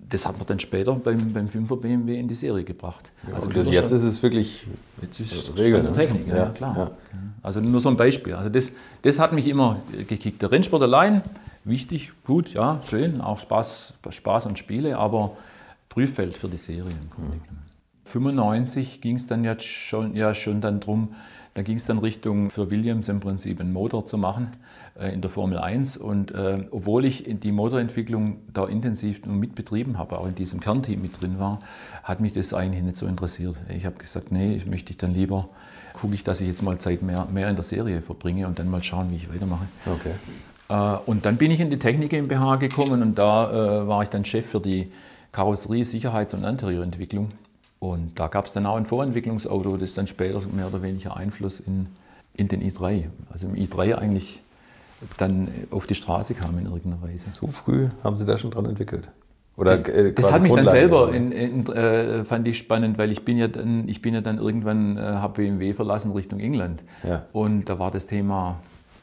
das hat man dann später beim, beim fünfer B M W in die Serie gebracht. Ja, also jetzt, jetzt ist es wirklich jetzt ist Regel, ne? Technik, ja, ja, klar. Ja. Also nur so ein Beispiel. Also das, das hat mich immer gekickt. Der Rennsport allein, wichtig, gut, ja, schön, auch Spaß, Spaß und Spiele, aber Prüffeld für die Serie im Grunde. Mhm. fünfundneunzig ging es dann jetzt schon, ja, schon dann drum, da ging es dann Richtung für Williams im Prinzip einen Motor zu machen äh, in der Formel eins. Und äh, obwohl ich in die Motorentwicklung da intensiv mitbetrieben habe, auch in diesem Kernteam mit drin war, hat mich das eigentlich nicht so interessiert. Ich habe gesagt, nee, ich möchte ich dann lieber, gucke ich, dass ich jetzt mal Zeit mehr, mehr in der Serie verbringe und dann mal schauen, wie ich weitermache. Okay. Äh, und dann bin ich in die Technik GmbH gekommen und da äh, war ich dann Chef für die Karosserie, Sicherheits- und Interieurentwicklung. Und da gab es dann auch ein Vorentwicklungsauto, das dann später mehr oder weniger Einfluss in, in den i drei, also im i drei eigentlich dann auf die Straße kam in irgendeiner Weise. So früh haben Sie da schon dran entwickelt? Oder das, äh, das hat mich dann selber, in, in, äh, fand ich spannend, weil ich bin ja dann, ich bin ja dann irgendwann, äh, habe B M W verlassen Richtung England. Ja. Und da war das Thema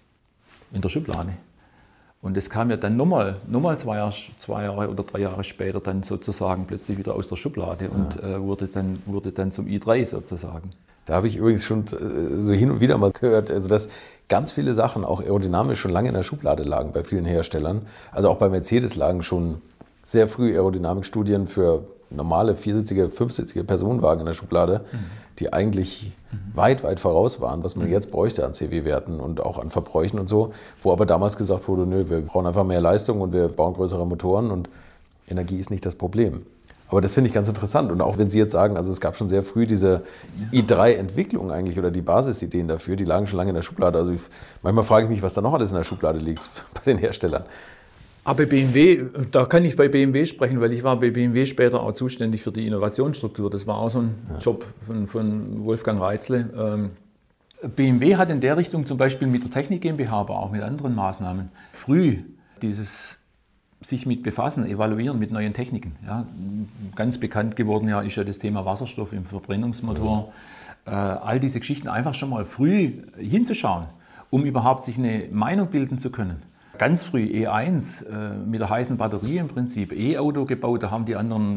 in der Schublade. Und es kam ja dann nochmal, nochmal zwei, Jahre, zwei Jahre oder drei Jahre später dann sozusagen plötzlich wieder aus der Schublade und ja. äh, wurde, dann, wurde dann zum i drei sozusagen. Da habe ich übrigens schon äh, so hin und wieder mal gehört, also dass ganz viele Sachen auch aerodynamisch schon lange in der Schublade lagen bei vielen Herstellern. Also auch bei Mercedes lagen schon sehr früh Aerodynamikstudien für normale viersitzige, fünfsitzige Personenwagen in der Schublade, mhm. die eigentlich mhm. weit, weit voraus waren, was man mhm. jetzt bräuchte an C W-Werten und auch an Verbräuchen und so, wo aber damals gesagt wurde, nö, wir brauchen einfach mehr Leistung und wir bauen größere Motoren und Energie ist nicht das Problem. Aber das finde ich ganz interessant und auch wenn Sie jetzt sagen, also es gab schon sehr früh diese ja. i drei Entwicklung eigentlich oder die Basisideen dafür, die lagen schon lange in der Schublade. Also ich, manchmal frage ich mich, was da noch alles in der Schublade liegt bei den Herstellern. Aber B M W, da kann ich bei B M W sprechen, weil ich war bei B M W später auch zuständig für die Innovationsstruktur. Das war auch so ein ja. Job von, von Wolfgang Reitzle. Ähm, B M W hat in der Richtung zum Beispiel mit der Technik GmbH, aber auch mit anderen Maßnahmen, früh dieses sich mit befassen, evaluieren mit neuen Techniken. Ja, ganz bekannt geworden ja, ist ja das Thema Wasserstoff im Verbrennungsmotor. Ja. Äh, all diese Geschichten einfach schon mal früh hinzuschauen, um überhaupt sich eine Meinung bilden zu können. Ganz früh E eins äh, mit der heißen Batterie im Prinzip, E-Auto gebaut, da haben die anderen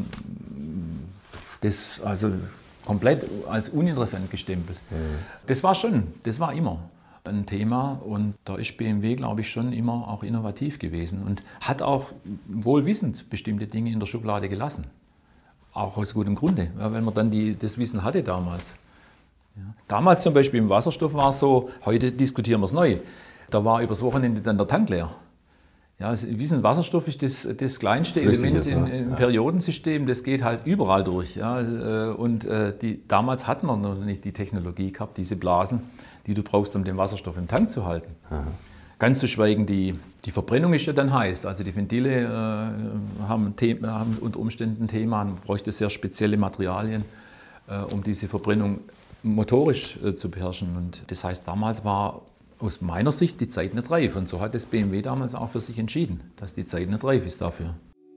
das also komplett als uninteressant gestempelt. Mhm. Das war schon, das war immer ein Thema und da ist B M W, glaube ich, schon immer auch innovativ gewesen und hat auch wohlwissend bestimmte Dinge in der Schublade gelassen. Auch aus gutem Grunde, ja, weil man dann die, das Wissen hatte damals. Ja. Damals zum Beispiel im Wasserstoff war es so, heute diskutieren wir es neu. Da war übers Wochenende dann der Tank leer. Ja, Sie wissen, Wasserstoff ist das, das kleinste Element im, im ja. Periodensystem, das geht halt überall durch. Ja. Und die, damals hat man noch nicht die Technologie gehabt, diese Blasen, die du brauchst, um den Wasserstoff im Tank zu halten. Aha. Ganz zu schweigen, die, die Verbrennung ist ja dann heiß. Also die Ventile äh, haben, haben unter Umständen ein Thema, man bräuchte sehr spezielle Materialien, äh, um diese Verbrennung motorisch äh, zu beherrschen. Und das heißt, damals war aus meiner Sicht die Zeit nicht reif. Und so hat das B M W damals auch für sich entschieden, dass die Zeit nicht reif ist dafür.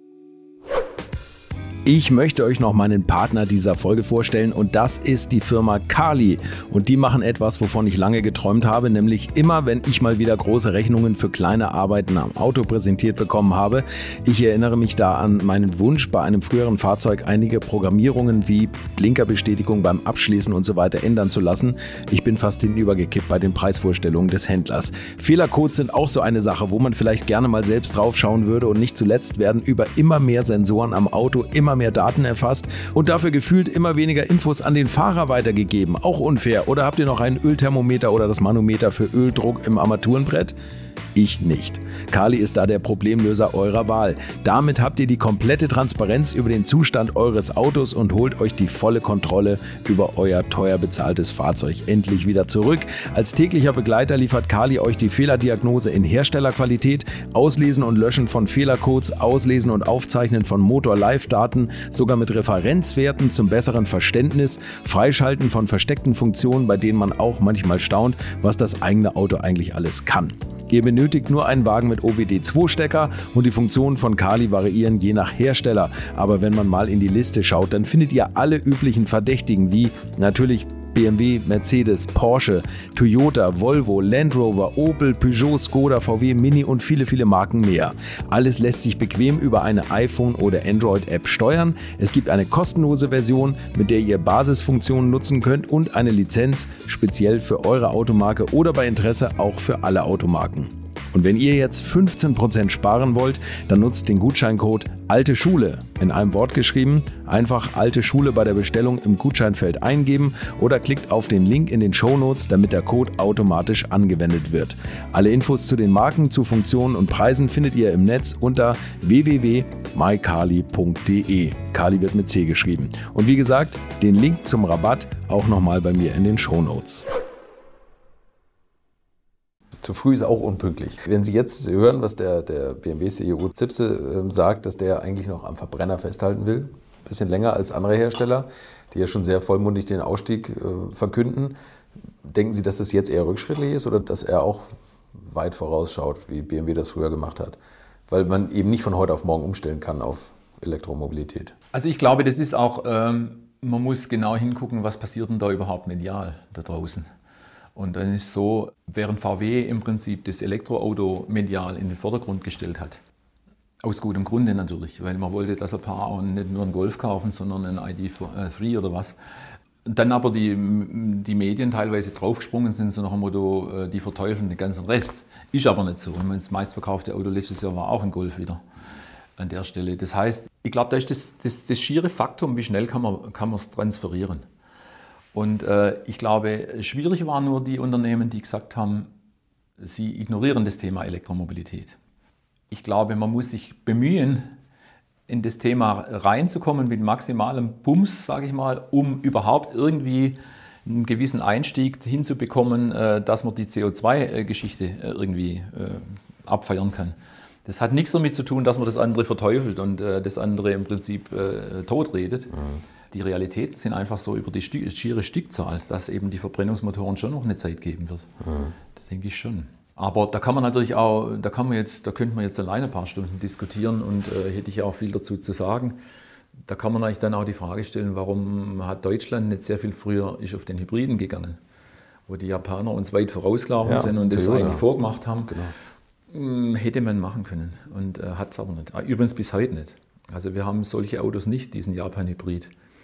Ich möchte euch noch meinen Partner dieser Folge vorstellen und das ist die Firma Carli. Und die machen etwas, wovon ich lange geträumt habe, nämlich immer, wenn ich mal wieder große Rechnungen für kleine Arbeiten am Auto präsentiert bekommen habe. Ich erinnere mich da an meinen Wunsch, bei einem früheren Fahrzeug einige Programmierungen wie Blinkerbestätigung beim Abschließen und so weiter ändern zu lassen. Ich bin fast hinübergekippt bei den Preisvorstellungen des Händlers. Fehlercodes sind auch so eine Sache, wo man vielleicht gerne mal selbst draufschauen würde und nicht zuletzt werden über immer mehr Sensoren am Auto immer mehr Daten erfasst und dafür gefühlt immer weniger Infos an den Fahrer weitergegeben. Auch unfair. Oder habt ihr noch einen Ölthermometer oder das Manometer für Öldruck im Armaturenbrett? Ich nicht. Carli ist da der Problemlöser eurer Wahl. Damit habt ihr die komplette Transparenz über den Zustand eures Autos und holt euch die volle Kontrolle über euer teuer bezahltes Fahrzeug endlich wieder zurück. Als täglicher Begleiter liefert Carli euch die Fehlerdiagnose in Herstellerqualität, Auslesen und Löschen von Fehlercodes, Auslesen und Aufzeichnen von Motor-Live-Daten, sogar mit Referenzwerten zum besseren Verständnis, Freischalten von versteckten Funktionen, bei denen man auch manchmal staunt, was das eigene Auto eigentlich alles kann. Ihr benötigt nur einen Wagen mit O B D zwei Stecker und die Funktionen von Carli variieren je nach Hersteller. Aber wenn man mal in die Liste schaut, dann findet ihr alle üblichen Verdächtigen wie natürlich B M W, Mercedes, Porsche, Toyota, Volvo, Land Rover, Opel, Peugeot, Skoda, V W, Mini und viele, viele Marken mehr. Alles lässt sich bequem über eine iPhone- oder Android-App steuern. Es gibt eine kostenlose Version, mit der ihr Basisfunktionen nutzen könnt und eine Lizenz speziell für eure Automarke oder bei Interesse auch für alle Automarken. Und wenn ihr jetzt fünfzehn Prozent sparen wollt, dann nutzt den Gutscheincode Alte Schule, in einem Wort geschrieben, einfach Alte Schule bei der Bestellung im Gutscheinfeld eingeben oder klickt auf den Link in den Shownotes, damit der Code automatisch angewendet wird. Alle Infos zu den Marken, zu Funktionen und Preisen findet ihr im Netz unter w w w punkt my carly punkt d e. Carly wird mit C geschrieben. Und wie gesagt, den Link zum Rabatt auch nochmal bei mir in den Shownotes. Zu früh ist auch unpünktlich. Wenn Sie jetzt hören, was der, der B M W-C E O Zipse äh, sagt, dass der eigentlich noch am Verbrenner festhalten will, ein bisschen länger als andere Hersteller, die ja schon sehr vollmundig den Ausstieg äh, verkünden, denken Sie, dass das jetzt eher rückschrittlich ist oder dass er auch weit vorausschaut, wie B M W das früher gemacht hat? Weil man eben nicht von heute auf morgen umstellen kann auf Elektromobilität. Also ich glaube, das ist auch, ähm, man muss genau hingucken, was passiert denn da überhaupt medial da draußen. Und dann ist so, während V W im Prinzip das Elektroauto medial in den Vordergrund gestellt hat, aus gutem Grunde natürlich, weil man wollte, dass ein paar auch nicht nur einen Golf kaufen, sondern einen I D drei oder was. Dann aber die, die Medien teilweise draufgesprungen sind, so nach dem Motto, die verteufeln den ganzen Rest. Ist aber nicht so. Ich meine, das meistverkaufte Auto letztes Jahr war auch ein Golf wieder an der Stelle. Das heißt, ich glaube, da ist das, das, das schiere Faktum, wie schnell kann man kann man es transferieren. Und äh, ich glaube, schwierig waren nur die Unternehmen, die gesagt haben, sie ignorieren das Thema Elektromobilität. Ich glaube, man muss sich bemühen, in das Thema reinzukommen mit maximalem Bums, sage ich mal, um überhaupt irgendwie einen gewissen Einstieg hinzubekommen, äh, dass man die C O zwei Geschichte äh, irgendwie äh, abfeiern kann. Das hat nichts damit zu tun, dass man das andere verteufelt und äh, das andere im Prinzip äh, totredet. Mhm. Die Realitäten sind einfach so über die schiere Stückzahl, dass eben die Verbrennungsmotoren schon noch eine Zeit geben wird. Mhm. Das denke ich schon. Aber da kann man natürlich auch, da kann man jetzt, da könnte man jetzt alleine ein paar Stunden diskutieren und äh, hätte ich auch viel dazu zu sagen. Da kann man eigentlich dann auch die Frage stellen, warum hat Deutschland nicht sehr viel früher ist auf den Hybriden gegangen, wo die Japaner uns weit vorausgelaufen ja, sind und das eigentlich vorgemacht haben. Genau. Hätte man machen können und äh, hat es aber nicht. Übrigens bis heute nicht. Also wir haben solche Autos nicht, diesen Japan-Hybrid,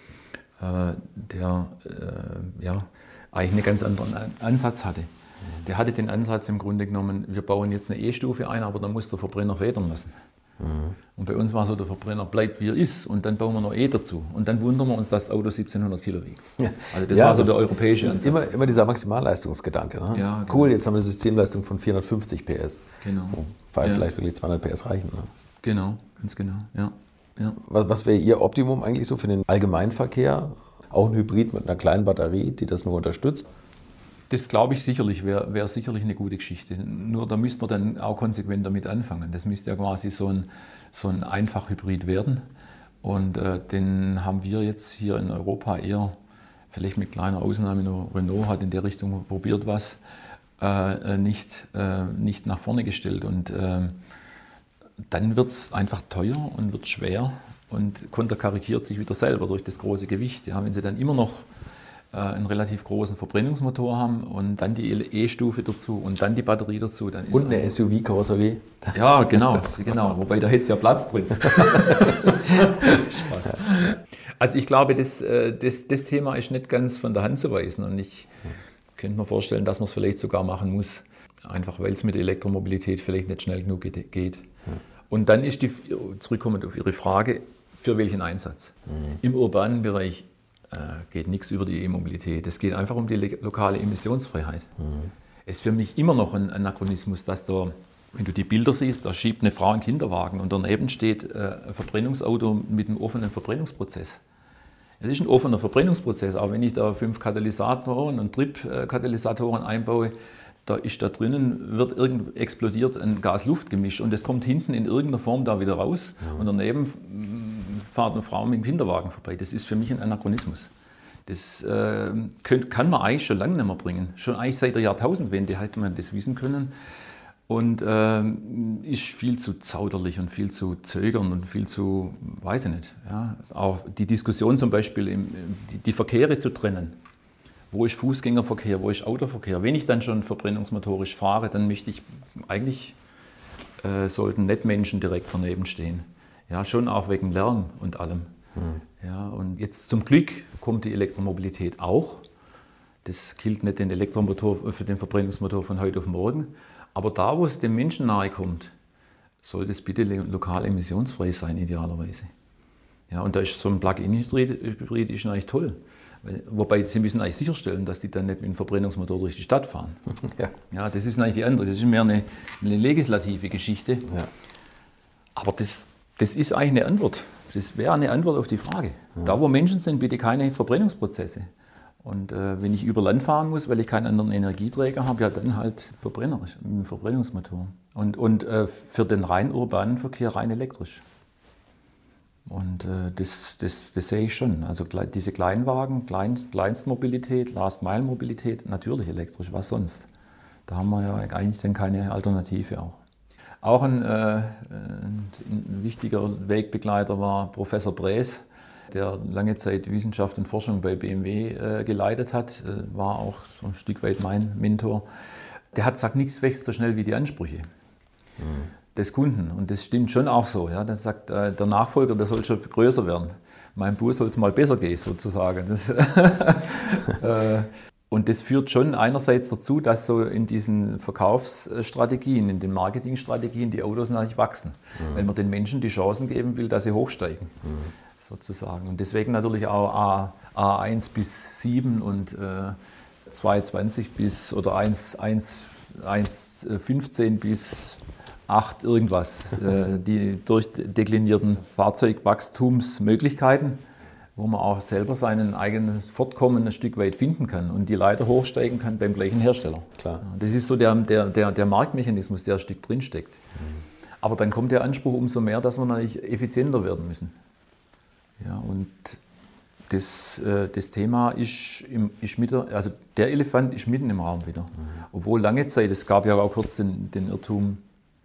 äh, der äh, ja, eigentlich einen ganz anderen Ansatz hatte. Mhm. Der hatte den Ansatz im Grunde genommen, wir bauen jetzt eine E-Stufe ein, aber dann muss der Verbrenner federn lassen. Mhm. Und bei uns war so, der Verbrenner bleibt wie er ist und dann bauen wir noch E dazu. Und dann wundern wir uns, dass das Auto siebzehnhundert Kilo wiegt. Ja. Also das ja, war so das, der europäische Ansatz. Immer, immer dieser Maximalleistungsgedanke. Ne? Ja, genau. Cool, jetzt haben wir eine Systemleistung von vierhundertfünfzig P S. Genau. Weil ja. vielleicht wirklich zweihundert P S reichen. Ne? Genau, ganz genau. Ja. Ja. Was, was wäre Ihr Optimum eigentlich so für den Allgemeinverkehr? Auch ein Hybrid mit einer kleinen Batterie, die das nur unterstützt? Das glaube ich sicherlich, wäre wär sicherlich eine gute Geschichte. Nur da müsste man dann auch konsequent damit anfangen. Das müsste ja quasi so ein, so ein Einfachhybrid werden. Und äh, den haben wir jetzt hier in Europa eher, vielleicht mit kleiner Ausnahme, nur Renault hat in der Richtung probiert was, äh, nicht, äh, nicht nach vorne gestellt. Und äh, dann wird es einfach teuer und wird schwer und konterkarikiert sich wieder selber durch das große Gewicht. Ja, wenn Sie dann immer noch äh, einen relativ großen Verbrennungsmotor haben und dann die E-Stufe dazu und dann die Batterie dazu. Dann ist und eine S U V-Karosserie. Ja, genau, genau. Wobei da hätte es ja Platz drin. Spaß. Also ich glaube, das, das, das Thema ist nicht ganz von der Hand zu weisen und ich könnte mir vorstellen, dass man es vielleicht sogar machen muss. Einfach weil es mit der Elektromobilität vielleicht nicht schnell genug geht. Ja. Und dann ist die, zurückkommend auf Ihre Frage, für welchen Einsatz? Mhm. Im urbanen Bereich äh, geht nichts über die E-Mobilität. Es geht einfach um die lokale Emissionsfreiheit. Mhm. Es ist für mich immer noch ein Anachronismus, dass da, wenn du die Bilder siehst, da schiebt eine Frau einen Kinderwagen und daneben steht äh, ein Verbrennungsauto mit einem offenen Verbrennungsprozess. Es ist ein offener Verbrennungsprozess, auch wenn ich da fünf Katalysatoren und Triebkatalysatoren einbaue, da ist da drinnen, wird irgend explodiert ein Gas-Luft-Gemisch und das kommt hinten in irgendeiner Form da wieder raus ja. Und daneben fährt eine Frau mit dem Kinderwagen vorbei. Das ist für mich ein Anachronismus. Das äh, könnt, kann man eigentlich schon lange nicht mehr bringen. Schon eigentlich seit der Jahrtausendwende hätte man das wissen können und äh, ist viel zu zauderlich und viel zu zögern und viel zu, weiß ich nicht. Ja. Auch die Diskussion zum Beispiel, im, die, die Verkehre zu trennen. wo ist Fußgängerverkehr, wo ist Autoverkehr. Wenn ich dann schon verbrennungsmotorisch fahre, dann möchte ich eigentlich, äh, sollten nicht Menschen direkt daneben stehen. Ja, schon auch wegen Lärm und allem. Mhm. Ja, und jetzt zum Glück kommt die Elektromobilität auch. Das killt nicht den Elektromotor für den Verbrennungsmotor von heute auf morgen. Aber da, wo es dem Menschen nahe kommt, soll das bitte lokal emissionsfrei sein, idealerweise. Ja, und da ist so ein Plug-in-Hybrid ist eigentlich toll. Wobei sie müssen eigentlich sicherstellen, dass die dann nicht mit dem Verbrennungsmotor durch die Stadt fahren. Ja, ja, das ist eigentlich die andere. Das ist mehr eine, eine legislative Geschichte. Ja. Aber das, das ist eigentlich eine Antwort. Das wäre eine Antwort auf die Frage. Ja. Da, wo Menschen sind, bitte keine Verbrennungsprozesse. Und äh, wenn ich über Land fahren muss, weil ich keinen anderen Energieträger habe, ja dann halt Verbrenner, mit dem Verbrennungsmotor. Und, und äh, für den rein urbanen Verkehr rein elektrisch. Und äh, das, das, das sehe ich schon. Also diese Kleinwagen, Klein, Kleinstmobilität, Last-Mile-Mobilität, natürlich elektrisch, was sonst? Da haben wir ja eigentlich dann keine Alternative auch. Auch ein, äh, ein, ein wichtiger Wegbegleiter war Professor Brees, der lange Zeit Wissenschaft und Forschung bei B M W äh, geleitet hat, äh, war auch so ein Stück weit mein Mentor. Der hat gesagt, nichts wächst so schnell wie die Ansprüche mhm. des Kunden. Und das stimmt schon auch so. Ja. Der sagt, äh, der Nachfolger, der soll schon größer werden. Meinem Bus soll es mal besser gehen, sozusagen. Das, äh, und das führt schon einerseits dazu, dass so in diesen Verkaufsstrategien, in den Marketingstrategien die Autos natürlich wachsen. Mhm. Weil man den Menschen die Chancen geben will, dass sie hochsteigen. Mhm. Sozusagen. Und deswegen natürlich auch A eins bis sieben und äh, zweihundertzwanzig bis oder eins fünfzehn bis acht irgendwas. äh, die durchdeklinierten Fahrzeugwachstumsmöglichkeiten, wo man auch selber sein eigenes Fortkommen ein Stück weit finden kann und die Leiter hochsteigen kann beim gleichen Hersteller. Klar. Das ist so der, der, der, der Marktmechanismus, der ein Stück drinsteckt. Mhm. Aber dann kommt der Anspruch umso mehr, dass wir natürlich effizienter werden müssen. Ja, und das, äh, das Thema ist, im, ist mit der, also der Elefant ist mitten im Raum wieder. Mhm. Obwohl lange Zeit, es gab ja auch kurz den, den Irrtum,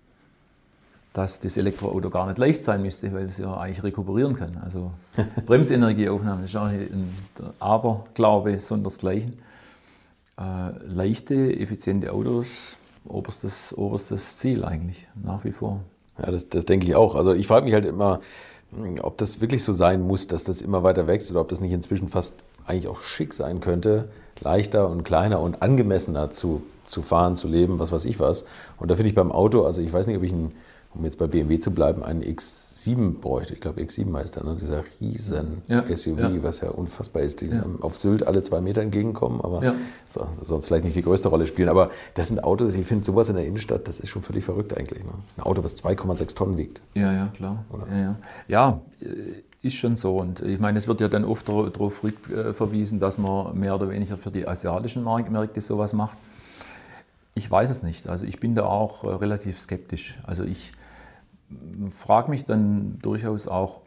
dass das Elektroauto gar nicht leicht sein müsste, weil es ja eigentlich rekuperieren kann. Also Bremsenergieaufnahme ist auch ein Aberglaube, sondersgleichen. Äh, leichte, effiziente Autos, oberstes, oberstes Ziel eigentlich, nach wie vor. Ja, das, das denke ich auch. Also ich frage mich halt immer, ob das wirklich so sein muss, dass das immer weiter wächst oder ob das nicht inzwischen fast eigentlich auch schick sein könnte, leichter und kleiner und angemessener zu, zu fahren, zu leben, was weiß ich was. Und da finde ich beim Auto, also ich weiß nicht, ob ich, ein, um jetzt bei B M W zu bleiben, einen X sieben bräuchte. Ich glaube X sieben heißt der, ne? Dieser riesen ja, S U V, ja. was ja unfassbar ist, die ja. auf Sylt alle zwei Meter entgegenkommen, aber ja. so, sonst vielleicht nicht die größte Rolle spielen. Aber das sind Autos, ich finde sowas in der Innenstadt, das ist schon völlig verrückt eigentlich. Ne? Ein Auto, was zwei Komma sechs Tonnen wiegt. Ja, ja, klar. Ja, ja. ja, ist schon so. Und ich meine, es wird ja dann oft darauf rückverwiesen, dass man mehr oder weniger für die asiatischen Märkte sowas macht. Ich weiß es nicht. Also ich bin da auch relativ skeptisch. Also ich frage mich dann durchaus auch,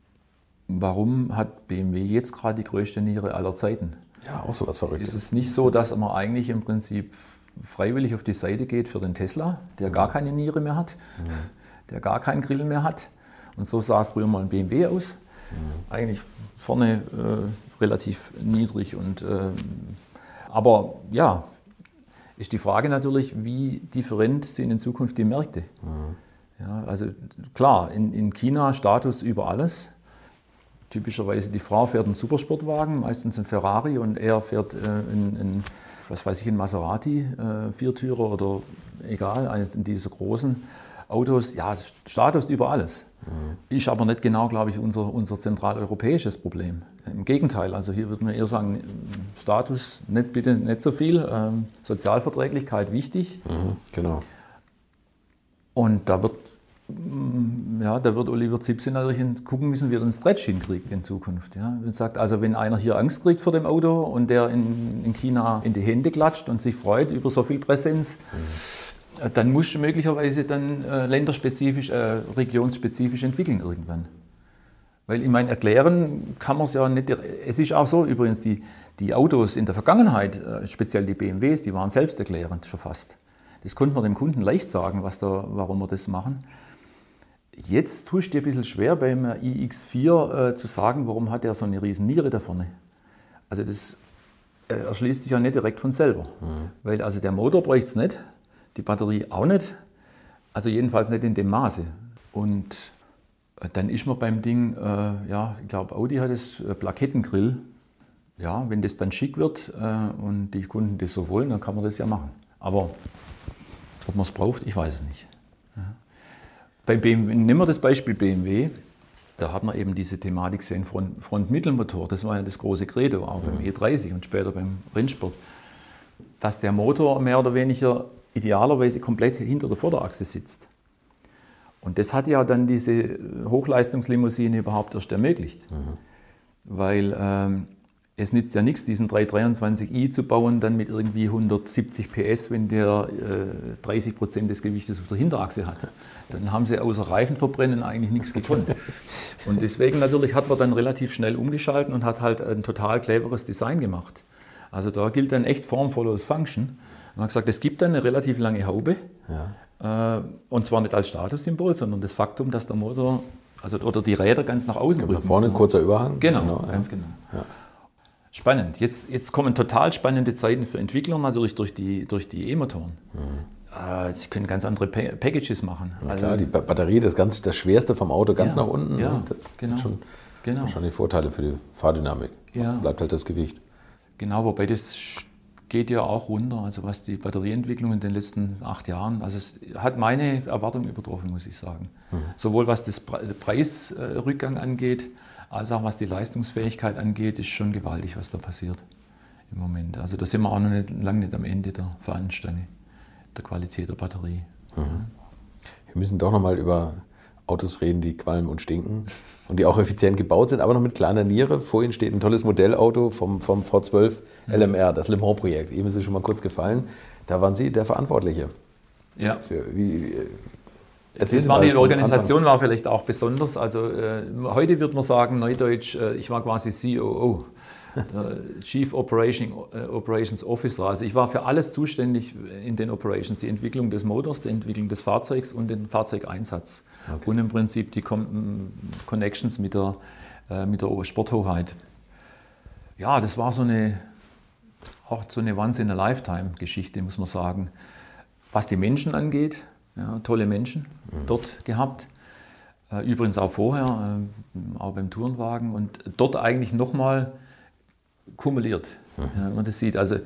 warum hat B M W jetzt gerade die größte Niere aller Zeiten? Ja, auch so was Verrücktes. Ist es nicht so, dass man eigentlich im Prinzip freiwillig auf die Seite geht für den Tesla, der mhm. gar keine Niere mehr hat, mhm. der gar keinen Grill mehr hat? Und so sah früher mal ein B M W aus. Mhm. Eigentlich vorne äh, relativ niedrig. Und, äh, aber ja, ist die Frage natürlich, wie different sind in Zukunft die Märkte? Mhm. Ja, also klar, in, in China Status über alles. Typischerweise die Frau fährt einen Supersportwagen, meistens ein Ferrari, und er fährt äh, einen, was weiß ich, einen Maserati, äh, Viertürer oder egal, eines dieser großen Autos. Ja, Status über alles. Mhm. Ist aber nicht genau, glaube ich, unser, unser zentraleuropäisches Problem. Im Gegenteil, also hier würde man eher sagen, Status nicht, bitte nicht so viel, ähm, Sozialverträglichkeit wichtig. Mhm, genau. Und da wird, ja, da wird Oliver Zipse natürlich gucken müssen, wie er den Stretch hinkriegt in Zukunft. Ja. Er sagt, also wenn einer hier Angst kriegt vor dem Auto und der in, in China in die Hände klatscht und sich freut über so viel Präsenz, mhm. dann muss möglicherweise dann äh, länderspezifisch, äh, regionsspezifisch entwickeln irgendwann. Weil ich meine, erklären kann man es ja nicht. Es ist auch so, übrigens, die, die Autos in der Vergangenheit, äh, speziell die B M Ws, die waren selbsterklärend schon fast. Das konnte man dem Kunden leicht sagen, was da, warum wir das machen. Jetzt tust du dir ein bisschen schwer, beim i X vier äh, zu sagen, warum hat er so eine riesen Niere da vorne. Also das erschließt sich ja nicht direkt von selber. Mhm. Weil also der Motor bräuchte es nicht, die Batterie auch nicht, also jedenfalls nicht in dem Maße. Und dann ist man beim Ding, äh, ja, ich glaube Audi hat das äh, Plakettengrill. Ja, wenn das dann schick wird äh, und die Kunden das so wollen, dann kann man das ja machen. Aber ob man es braucht, ich weiß es nicht. Ja. Beim B M W, nehmen wir das Beispiel B M W, da hat man eben diese Thematik gesehen, Front, Front-Mittelmotor, das war ja das große Credo, auch mhm. beim E dreißig und später beim Rennsport, dass der Motor mehr oder weniger idealerweise komplett hinter der Vorderachse sitzt. Und das hat ja dann diese Hochleistungslimousine überhaupt erst ermöglicht. Mhm. Weil ähm, es nützt ja nichts, diesen drei dreiundzwanzig i zu bauen, dann mit irgendwie hundertsiebzig P S, wenn der äh, dreißig Prozent des Gewichtes auf der Hinterachse hat. Dann haben sie außer Reifenverbrennen eigentlich nichts gekonnt. Und deswegen natürlich hat man dann relativ schnell umgeschalten und hat halt ein total cleveres Design gemacht. Also da gilt dann echt Form follows Function. Man hat gesagt, es gibt dann eine relativ lange Haube. Ja. Und zwar nicht als Statussymbol, sondern das Faktum, dass der Motor also, oder die Räder ganz nach außen ganz rücken. Nach vorne ein kurzer Überhang? Genau, genau ganz ja. genau. Ja. Spannend. Jetzt, jetzt kommen total spannende Zeiten für Entwickler natürlich durch die, durch die E-Motoren. Mhm. Sie können ganz andere pa- Packages machen. Ja, also, klar, die Batterie, das, ganz, das Schwerste vom Auto ganz ja, nach unten. Ja, das genau, hat schon, genau. schon die Vorteile für die Fahrdynamik. Ja. Bleibt halt das Gewicht. Genau, wobei das geht ja auch runter, also was die Batterieentwicklung in den letzten acht Jahren, also es hat meine Erwartung übertroffen, muss ich sagen. Mhm. Sowohl was das Pre- Preisrückgang angeht, als auch was die Leistungsfähigkeit angeht, ist schon gewaltig, was da passiert im Moment. Also da sind wir auch noch nicht, lange nicht am Ende der Fahnenstange, der Qualität der Batterie. Mhm. Wir müssen doch noch mal über Autos reden, die qualmen und stinken und die auch effizient gebaut sind, aber noch mit kleiner Niere. Vor Ihnen steht ein tolles Modellauto vom, vom V zwölf L M R, das Le Mans-Projekt. Eben ist es schon mal kurz gefallen. Da waren Sie der Verantwortliche. Ja. Für, wie, das war die Organisation war vielleicht auch besonders. Also äh, heute wird man sagen, neudeutsch, äh, ich war quasi C O O, Chief Operation, äh, Operations Officer. Also ich war für alles zuständig in den Operations, die Entwicklung des Motors, die Entwicklung des Fahrzeugs und den Fahrzeugeinsatz. Okay. Und im Prinzip die Con- Connections mit der, äh, mit der Sporthoheit. Ja, das war so eine, auch so eine Once-in-a-Lifetime-Geschichte, muss man sagen. Was die Menschen angeht, ja, tolle Menschen mhm. dort gehabt. Äh, übrigens auch vorher, äh, auch beim Tourenwagen. Und dort eigentlich nochmal kumuliert, mhm. ja, wenn man das sieht. Also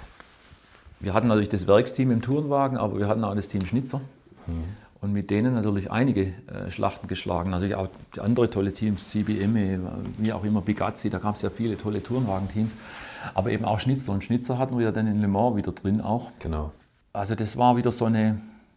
wir hatten natürlich das Werksteam im Tourenwagen, aber wir hatten auch das Team Schnitzer. Mhm. Und mit denen natürlich einige äh, Schlachten geschlagen. Also auch andere tolle Teams, C B M E, wie auch immer, Bigazzi, da gab es ja viele tolle Tourenwagenteams. Aber eben auch Schnitzer. Und Schnitzer hatten wir ja dann in Le Mans wieder drin auch. Genau. Also das war wieder so eine,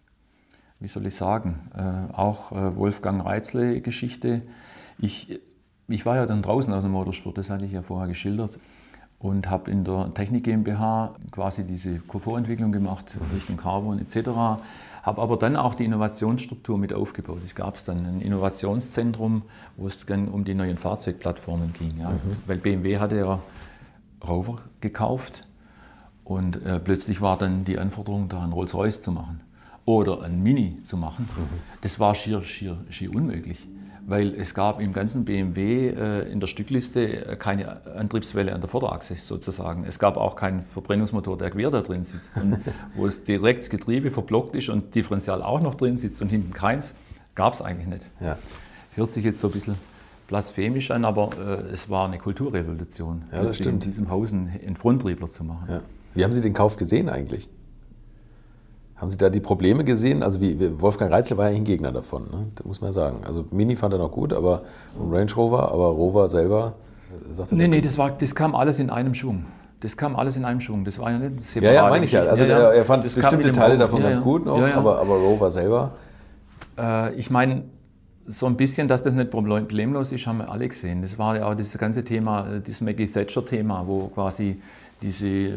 wie soll ich sagen, äh, auch äh, Wolfgang Reitzle-Geschichte. Ich, ich war ja dann draußen aus dem Motorsport, das hatte ich ja vorher geschildert. Und habe in der Technik GmbH quasi diese Komfortentwicklung gemacht, mhm. Richtung Carbon et cetera. Habe aber dann auch die Innovationsstruktur mit aufgebaut. Es gab dann ein Innovationszentrum, wo es dann um die neuen Fahrzeugplattformen ging. Ja. Mhm. Weil B M W hatte ja Rover gekauft und äh, plötzlich war dann die Anforderung, da einen Rolls-Royce zu machen oder ein Mini zu machen. Mhm. Das war schier, schier, schier unmöglich. Weil es gab im ganzen B M W äh, in der Stückliste keine Antriebswelle an der Vorderachse sozusagen. Es gab auch keinen Verbrennungsmotor, der quer da drin sitzt, und wo es direkt das Getriebe verblockt ist und Differential auch noch drin sitzt und hinten keins, gab es eigentlich nicht. Ja. Hört sich jetzt so ein bisschen blasphemisch an, aber äh, es war eine Kulturrevolution, ja, das stimmt. in diesem Haus einen Fronttriebler zu machen. Ja. Wie haben Sie den Kauf gesehen eigentlich? Haben Sie da die Probleme gesehen? Also wie, Wolfgang Reitzle war ja ein Gegner davon, ne? Das muss man sagen. Also Mini fand er noch gut, aber und Range Rover, aber Rover selber sagte. Nee, nee, das, war, das kam alles in einem Schwung. Das kam alles in einem Schwung. Das war ja nicht ein separat. Ja, ja, meine ich ja. Also ja, ja. Er fand das bestimmte Teile davon ja, ganz ja. gut noch, ja, ja. Aber, aber Rover selber. Äh, ich meine, so ein bisschen, dass das nicht problemlos ist, haben wir alle gesehen. Das war ja auch das ganze Thema, das Maggie Thatcher-Thema, wo quasi diese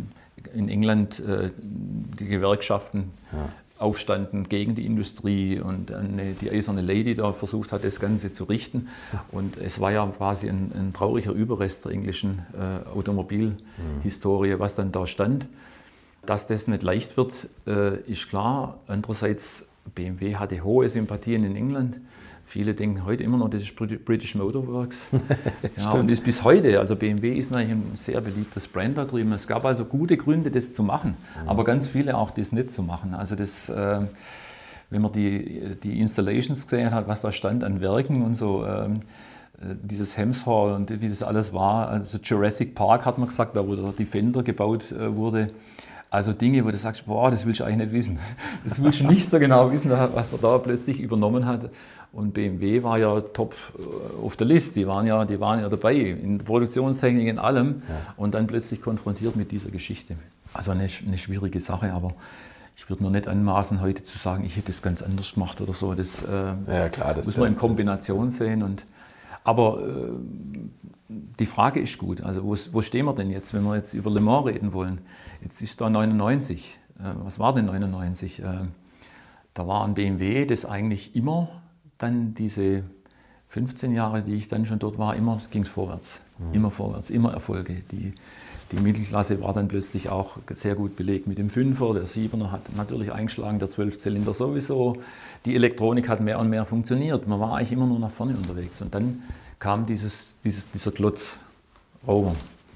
in England äh, die Gewerkschaften ja. aufstanden gegen die Industrie und eine, die eiserne Lady da versucht hat, das Ganze zu richten. Und es war ja quasi ein, ein trauriger Überrest der englischen äh, Automobilhistorie, mhm. was dann da stand. Dass das nicht leicht wird, äh, ist klar. Andererseits B M W hatte hohe Sympathien in England. Viele denken heute immer noch, das ist British Motor Works. Ja, und das bis heute. Also B M W ist natürlich ein sehr beliebtes Brand da drüben. Es gab also gute Gründe, das zu machen, mhm. aber ganz viele auch, das nicht zu machen. Also das, äh, wenn man die, die Installations gesehen hat, was da stand an Werken und so, ähm, dieses Hams Hall und wie das alles war, also Jurassic Park hat man gesagt, da wo der Defender gebaut äh, wurde. Also Dinge, wo du sagst, boah, das willst du eigentlich nicht wissen. Das willst du nicht so genau wissen, was man da plötzlich übernommen hat. Und B M W war ja top auf der Liste, die waren ja, die waren ja dabei, in der Produktionstechnik, in allem. Ja. Und dann plötzlich konfrontiert mit dieser Geschichte. Also eine, eine schwierige Sache, aber ich würde mir nicht anmaßen, heute zu sagen, ich hätte es ganz anders gemacht oder so. Das, äh, ja, klar, das muss man in Kombination sehen. Und, aber äh, die Frage ist gut, also wo, wo stehen wir denn jetzt, wenn wir jetzt über Le Mans reden wollen? Jetzt ist da neunundneunzig, äh, was war denn neunundneunzig? Äh, da war ein B M W, das eigentlich immer dann diese fünfzehn Jahre, die ich dann schon dort war, immer ging es vorwärts, mhm. immer vorwärts, immer Erfolge. Die, die Mittelklasse war dann plötzlich auch sehr gut belegt mit dem Fünfer, der Siebener hat natürlich eingeschlagen, der Zwölfzylinder sowieso. Die Elektronik hat mehr und mehr funktioniert, man war eigentlich immer nur nach vorne unterwegs. Und dann kam dieses, dieses, dieser Klotz Rover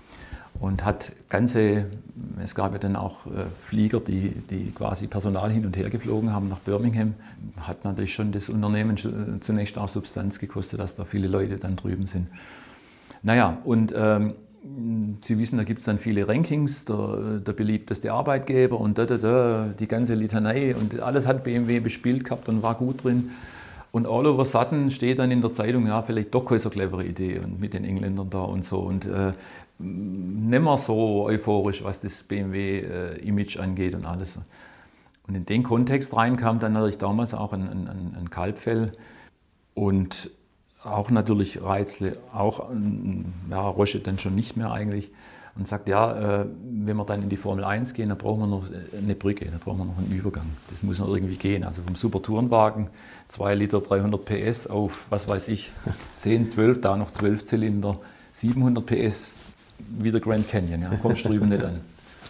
und hat ganze, es gab ja dann auch äh, Flieger, die, die quasi Personal hin und her geflogen haben nach Birmingham, hat natürlich schon das Unternehmen zunächst auch Substanz gekostet, dass da viele Leute dann drüben sind. Naja, und ähm, Sie wissen, da gibt es dann viele Rankings, der, der beliebteste Arbeitgeber und da, da, da, die ganze Litanei und alles hat B M W bespielt gehabt und war gut drin. Und all over sudden steht dann in der Zeitung, ja, vielleicht doch keine so clevere Idee und mit den Engländern da und so. Und äh, nicht mehr so euphorisch, was das B M W-Image äh, angeht und alles. Und in den Kontext rein kam dann natürlich damals auch ein, ein, ein Kalbfell und auch natürlich Reitzle, auch ja, Roche dann schon nicht mehr eigentlich. Und sagt, ja, äh, wenn wir dann in die Formel eins gehen, dann brauchen wir noch eine Brücke, dann brauchen wir noch einen Übergang. Das muss noch irgendwie gehen. Also vom Super-Tourenwagen, zwei Liter, dreihundert P S auf, was weiß ich, zehn, zwölf, da noch zwölf Zylinder, siebenhundert P S, wie der Grand Canyon, ja, kommst drüben nicht an.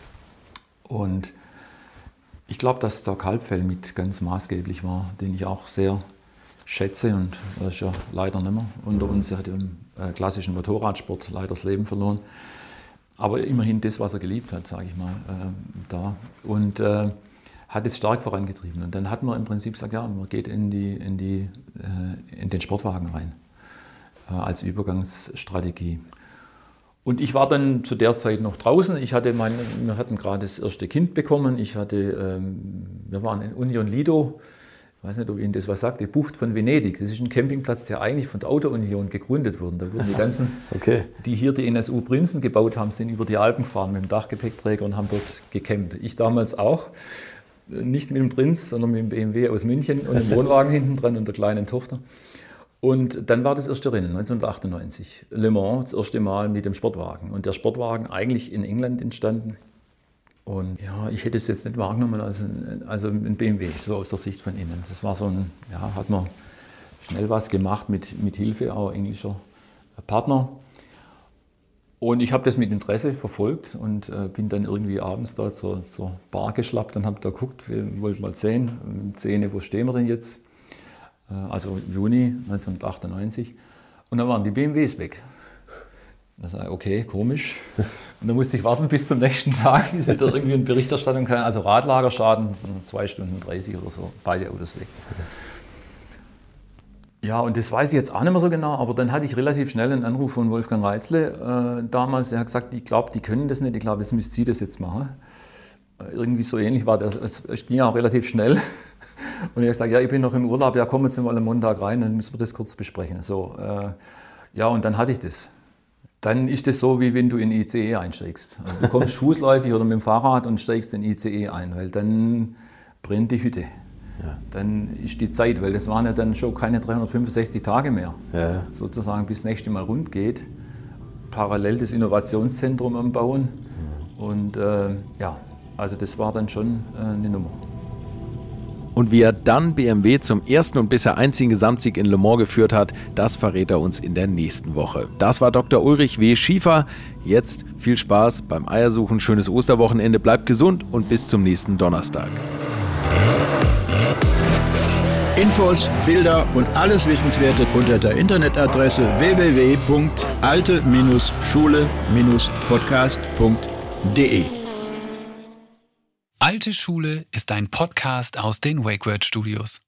Und ich glaube, dass der Kalbfell mit ganz maßgeblich war, den ich auch sehr schätze und das ist ja leider nicht mehr unter uns. Er hat im äh, klassischen Motorradsport leider das Leben verloren. Aber immerhin das, was er geliebt hat, sage ich mal, äh, da. Und äh, hat es stark vorangetrieben. Und dann hat man im Prinzip gesagt, ja, man geht in, die, in, die, äh, in den Sportwagen rein, äh, als Übergangsstrategie. Und ich war dann zu der Zeit noch draußen. Ich hatte mein, wir hatten gerade das erste Kind bekommen. Ich hatte, ähm, wir waren in Union Lido. Ich weiß nicht, ob Ihnen das was sagt, die Bucht von Venedig. Das ist ein Campingplatz, der eigentlich von der Auto-Union gegründet wurde. Da wurden die ganzen, okay. die hier die N S U Prinzen gebaut haben, sind über die Alpen gefahren mit dem Dachgepäckträger und haben dort gecampt. Ich damals auch. Nicht mit dem Prinz, sondern mit dem B M W aus München und dem Wohnwagen hinten dran und der kleinen Tochter. Und dann war das erste Rennen, neunzehnhundertachtundneunzig. Le Mans, das erste Mal mit dem Sportwagen. Und der Sportwagen eigentlich in England entstanden. Und ja, ich hätte es jetzt nicht wahrgenommen als ein, also ein B M W, so aus der Sicht von innen. Das war so ein, ja, hat man schnell was gemacht mit, mit Hilfe auch englischer Partner. Und ich habe das mit Interesse verfolgt und äh, bin dann irgendwie abends da zur, zur Bar geschlappt und habe da geguckt, wir wollten mal sehen, Szene, wo stehen wir denn jetzt? Äh, also Juni neunzehnhundertachtundneunzig. Und dann waren die B M Ws weg. Da sage ich, okay, komisch. Und dann musste ich warten bis zum nächsten Tag, bis ich da irgendwie eine Berichterstattung kann. Also Radlagerschaden, zwei Stunden dreißig oder so, beide Autos weg. Ja, und das weiß ich jetzt auch nicht mehr so genau, aber dann hatte ich relativ schnell einen Anruf von Wolfgang Reitzle äh, damals. Er hat gesagt, ich glaube, die können das nicht, ich glaube, jetzt müsst Sie das jetzt machen. Äh, irgendwie so ähnlich war das, es, es ging auch relativ schnell. Und ich habe gesagt, ja, ich bin noch im Urlaub, ja, kommen Sie mal am Montag rein, dann müssen wir das kurz besprechen. So, äh, ja, und dann hatte ich das. Dann ist es so, wie wenn du in I C E einsteigst. Also du kommst fußläufig oder mit dem Fahrrad und steigst in I C E ein, weil dann brennt die Hütte. Ja. Dann ist die Zeit, weil das waren ja dann schon keine dreihundertfünfundsechzig Tage mehr, ja. sozusagen bis das nächste Mal rund geht. Parallel das Innovationszentrum am Bauen. Mhm. Und äh, ja, also das war dann schon äh, eine Nummer. Und wie er dann B M W zum ersten und bisher einzigen Gesamtsieg in Le Mans geführt hat, das verrät er uns in der nächsten Woche. Das war Doktor Ulrich W. Schiefer. Jetzt viel Spaß beim Eiersuchen, schönes Osterwochenende, bleibt gesund und bis zum nächsten Donnerstag. Infos, Bilder und alles Wissenswerte unter der Internetadresse w w w punkt alte Schule Podcast punkt de. Alte Schule ist ein Podcast aus den WakeWord Studios.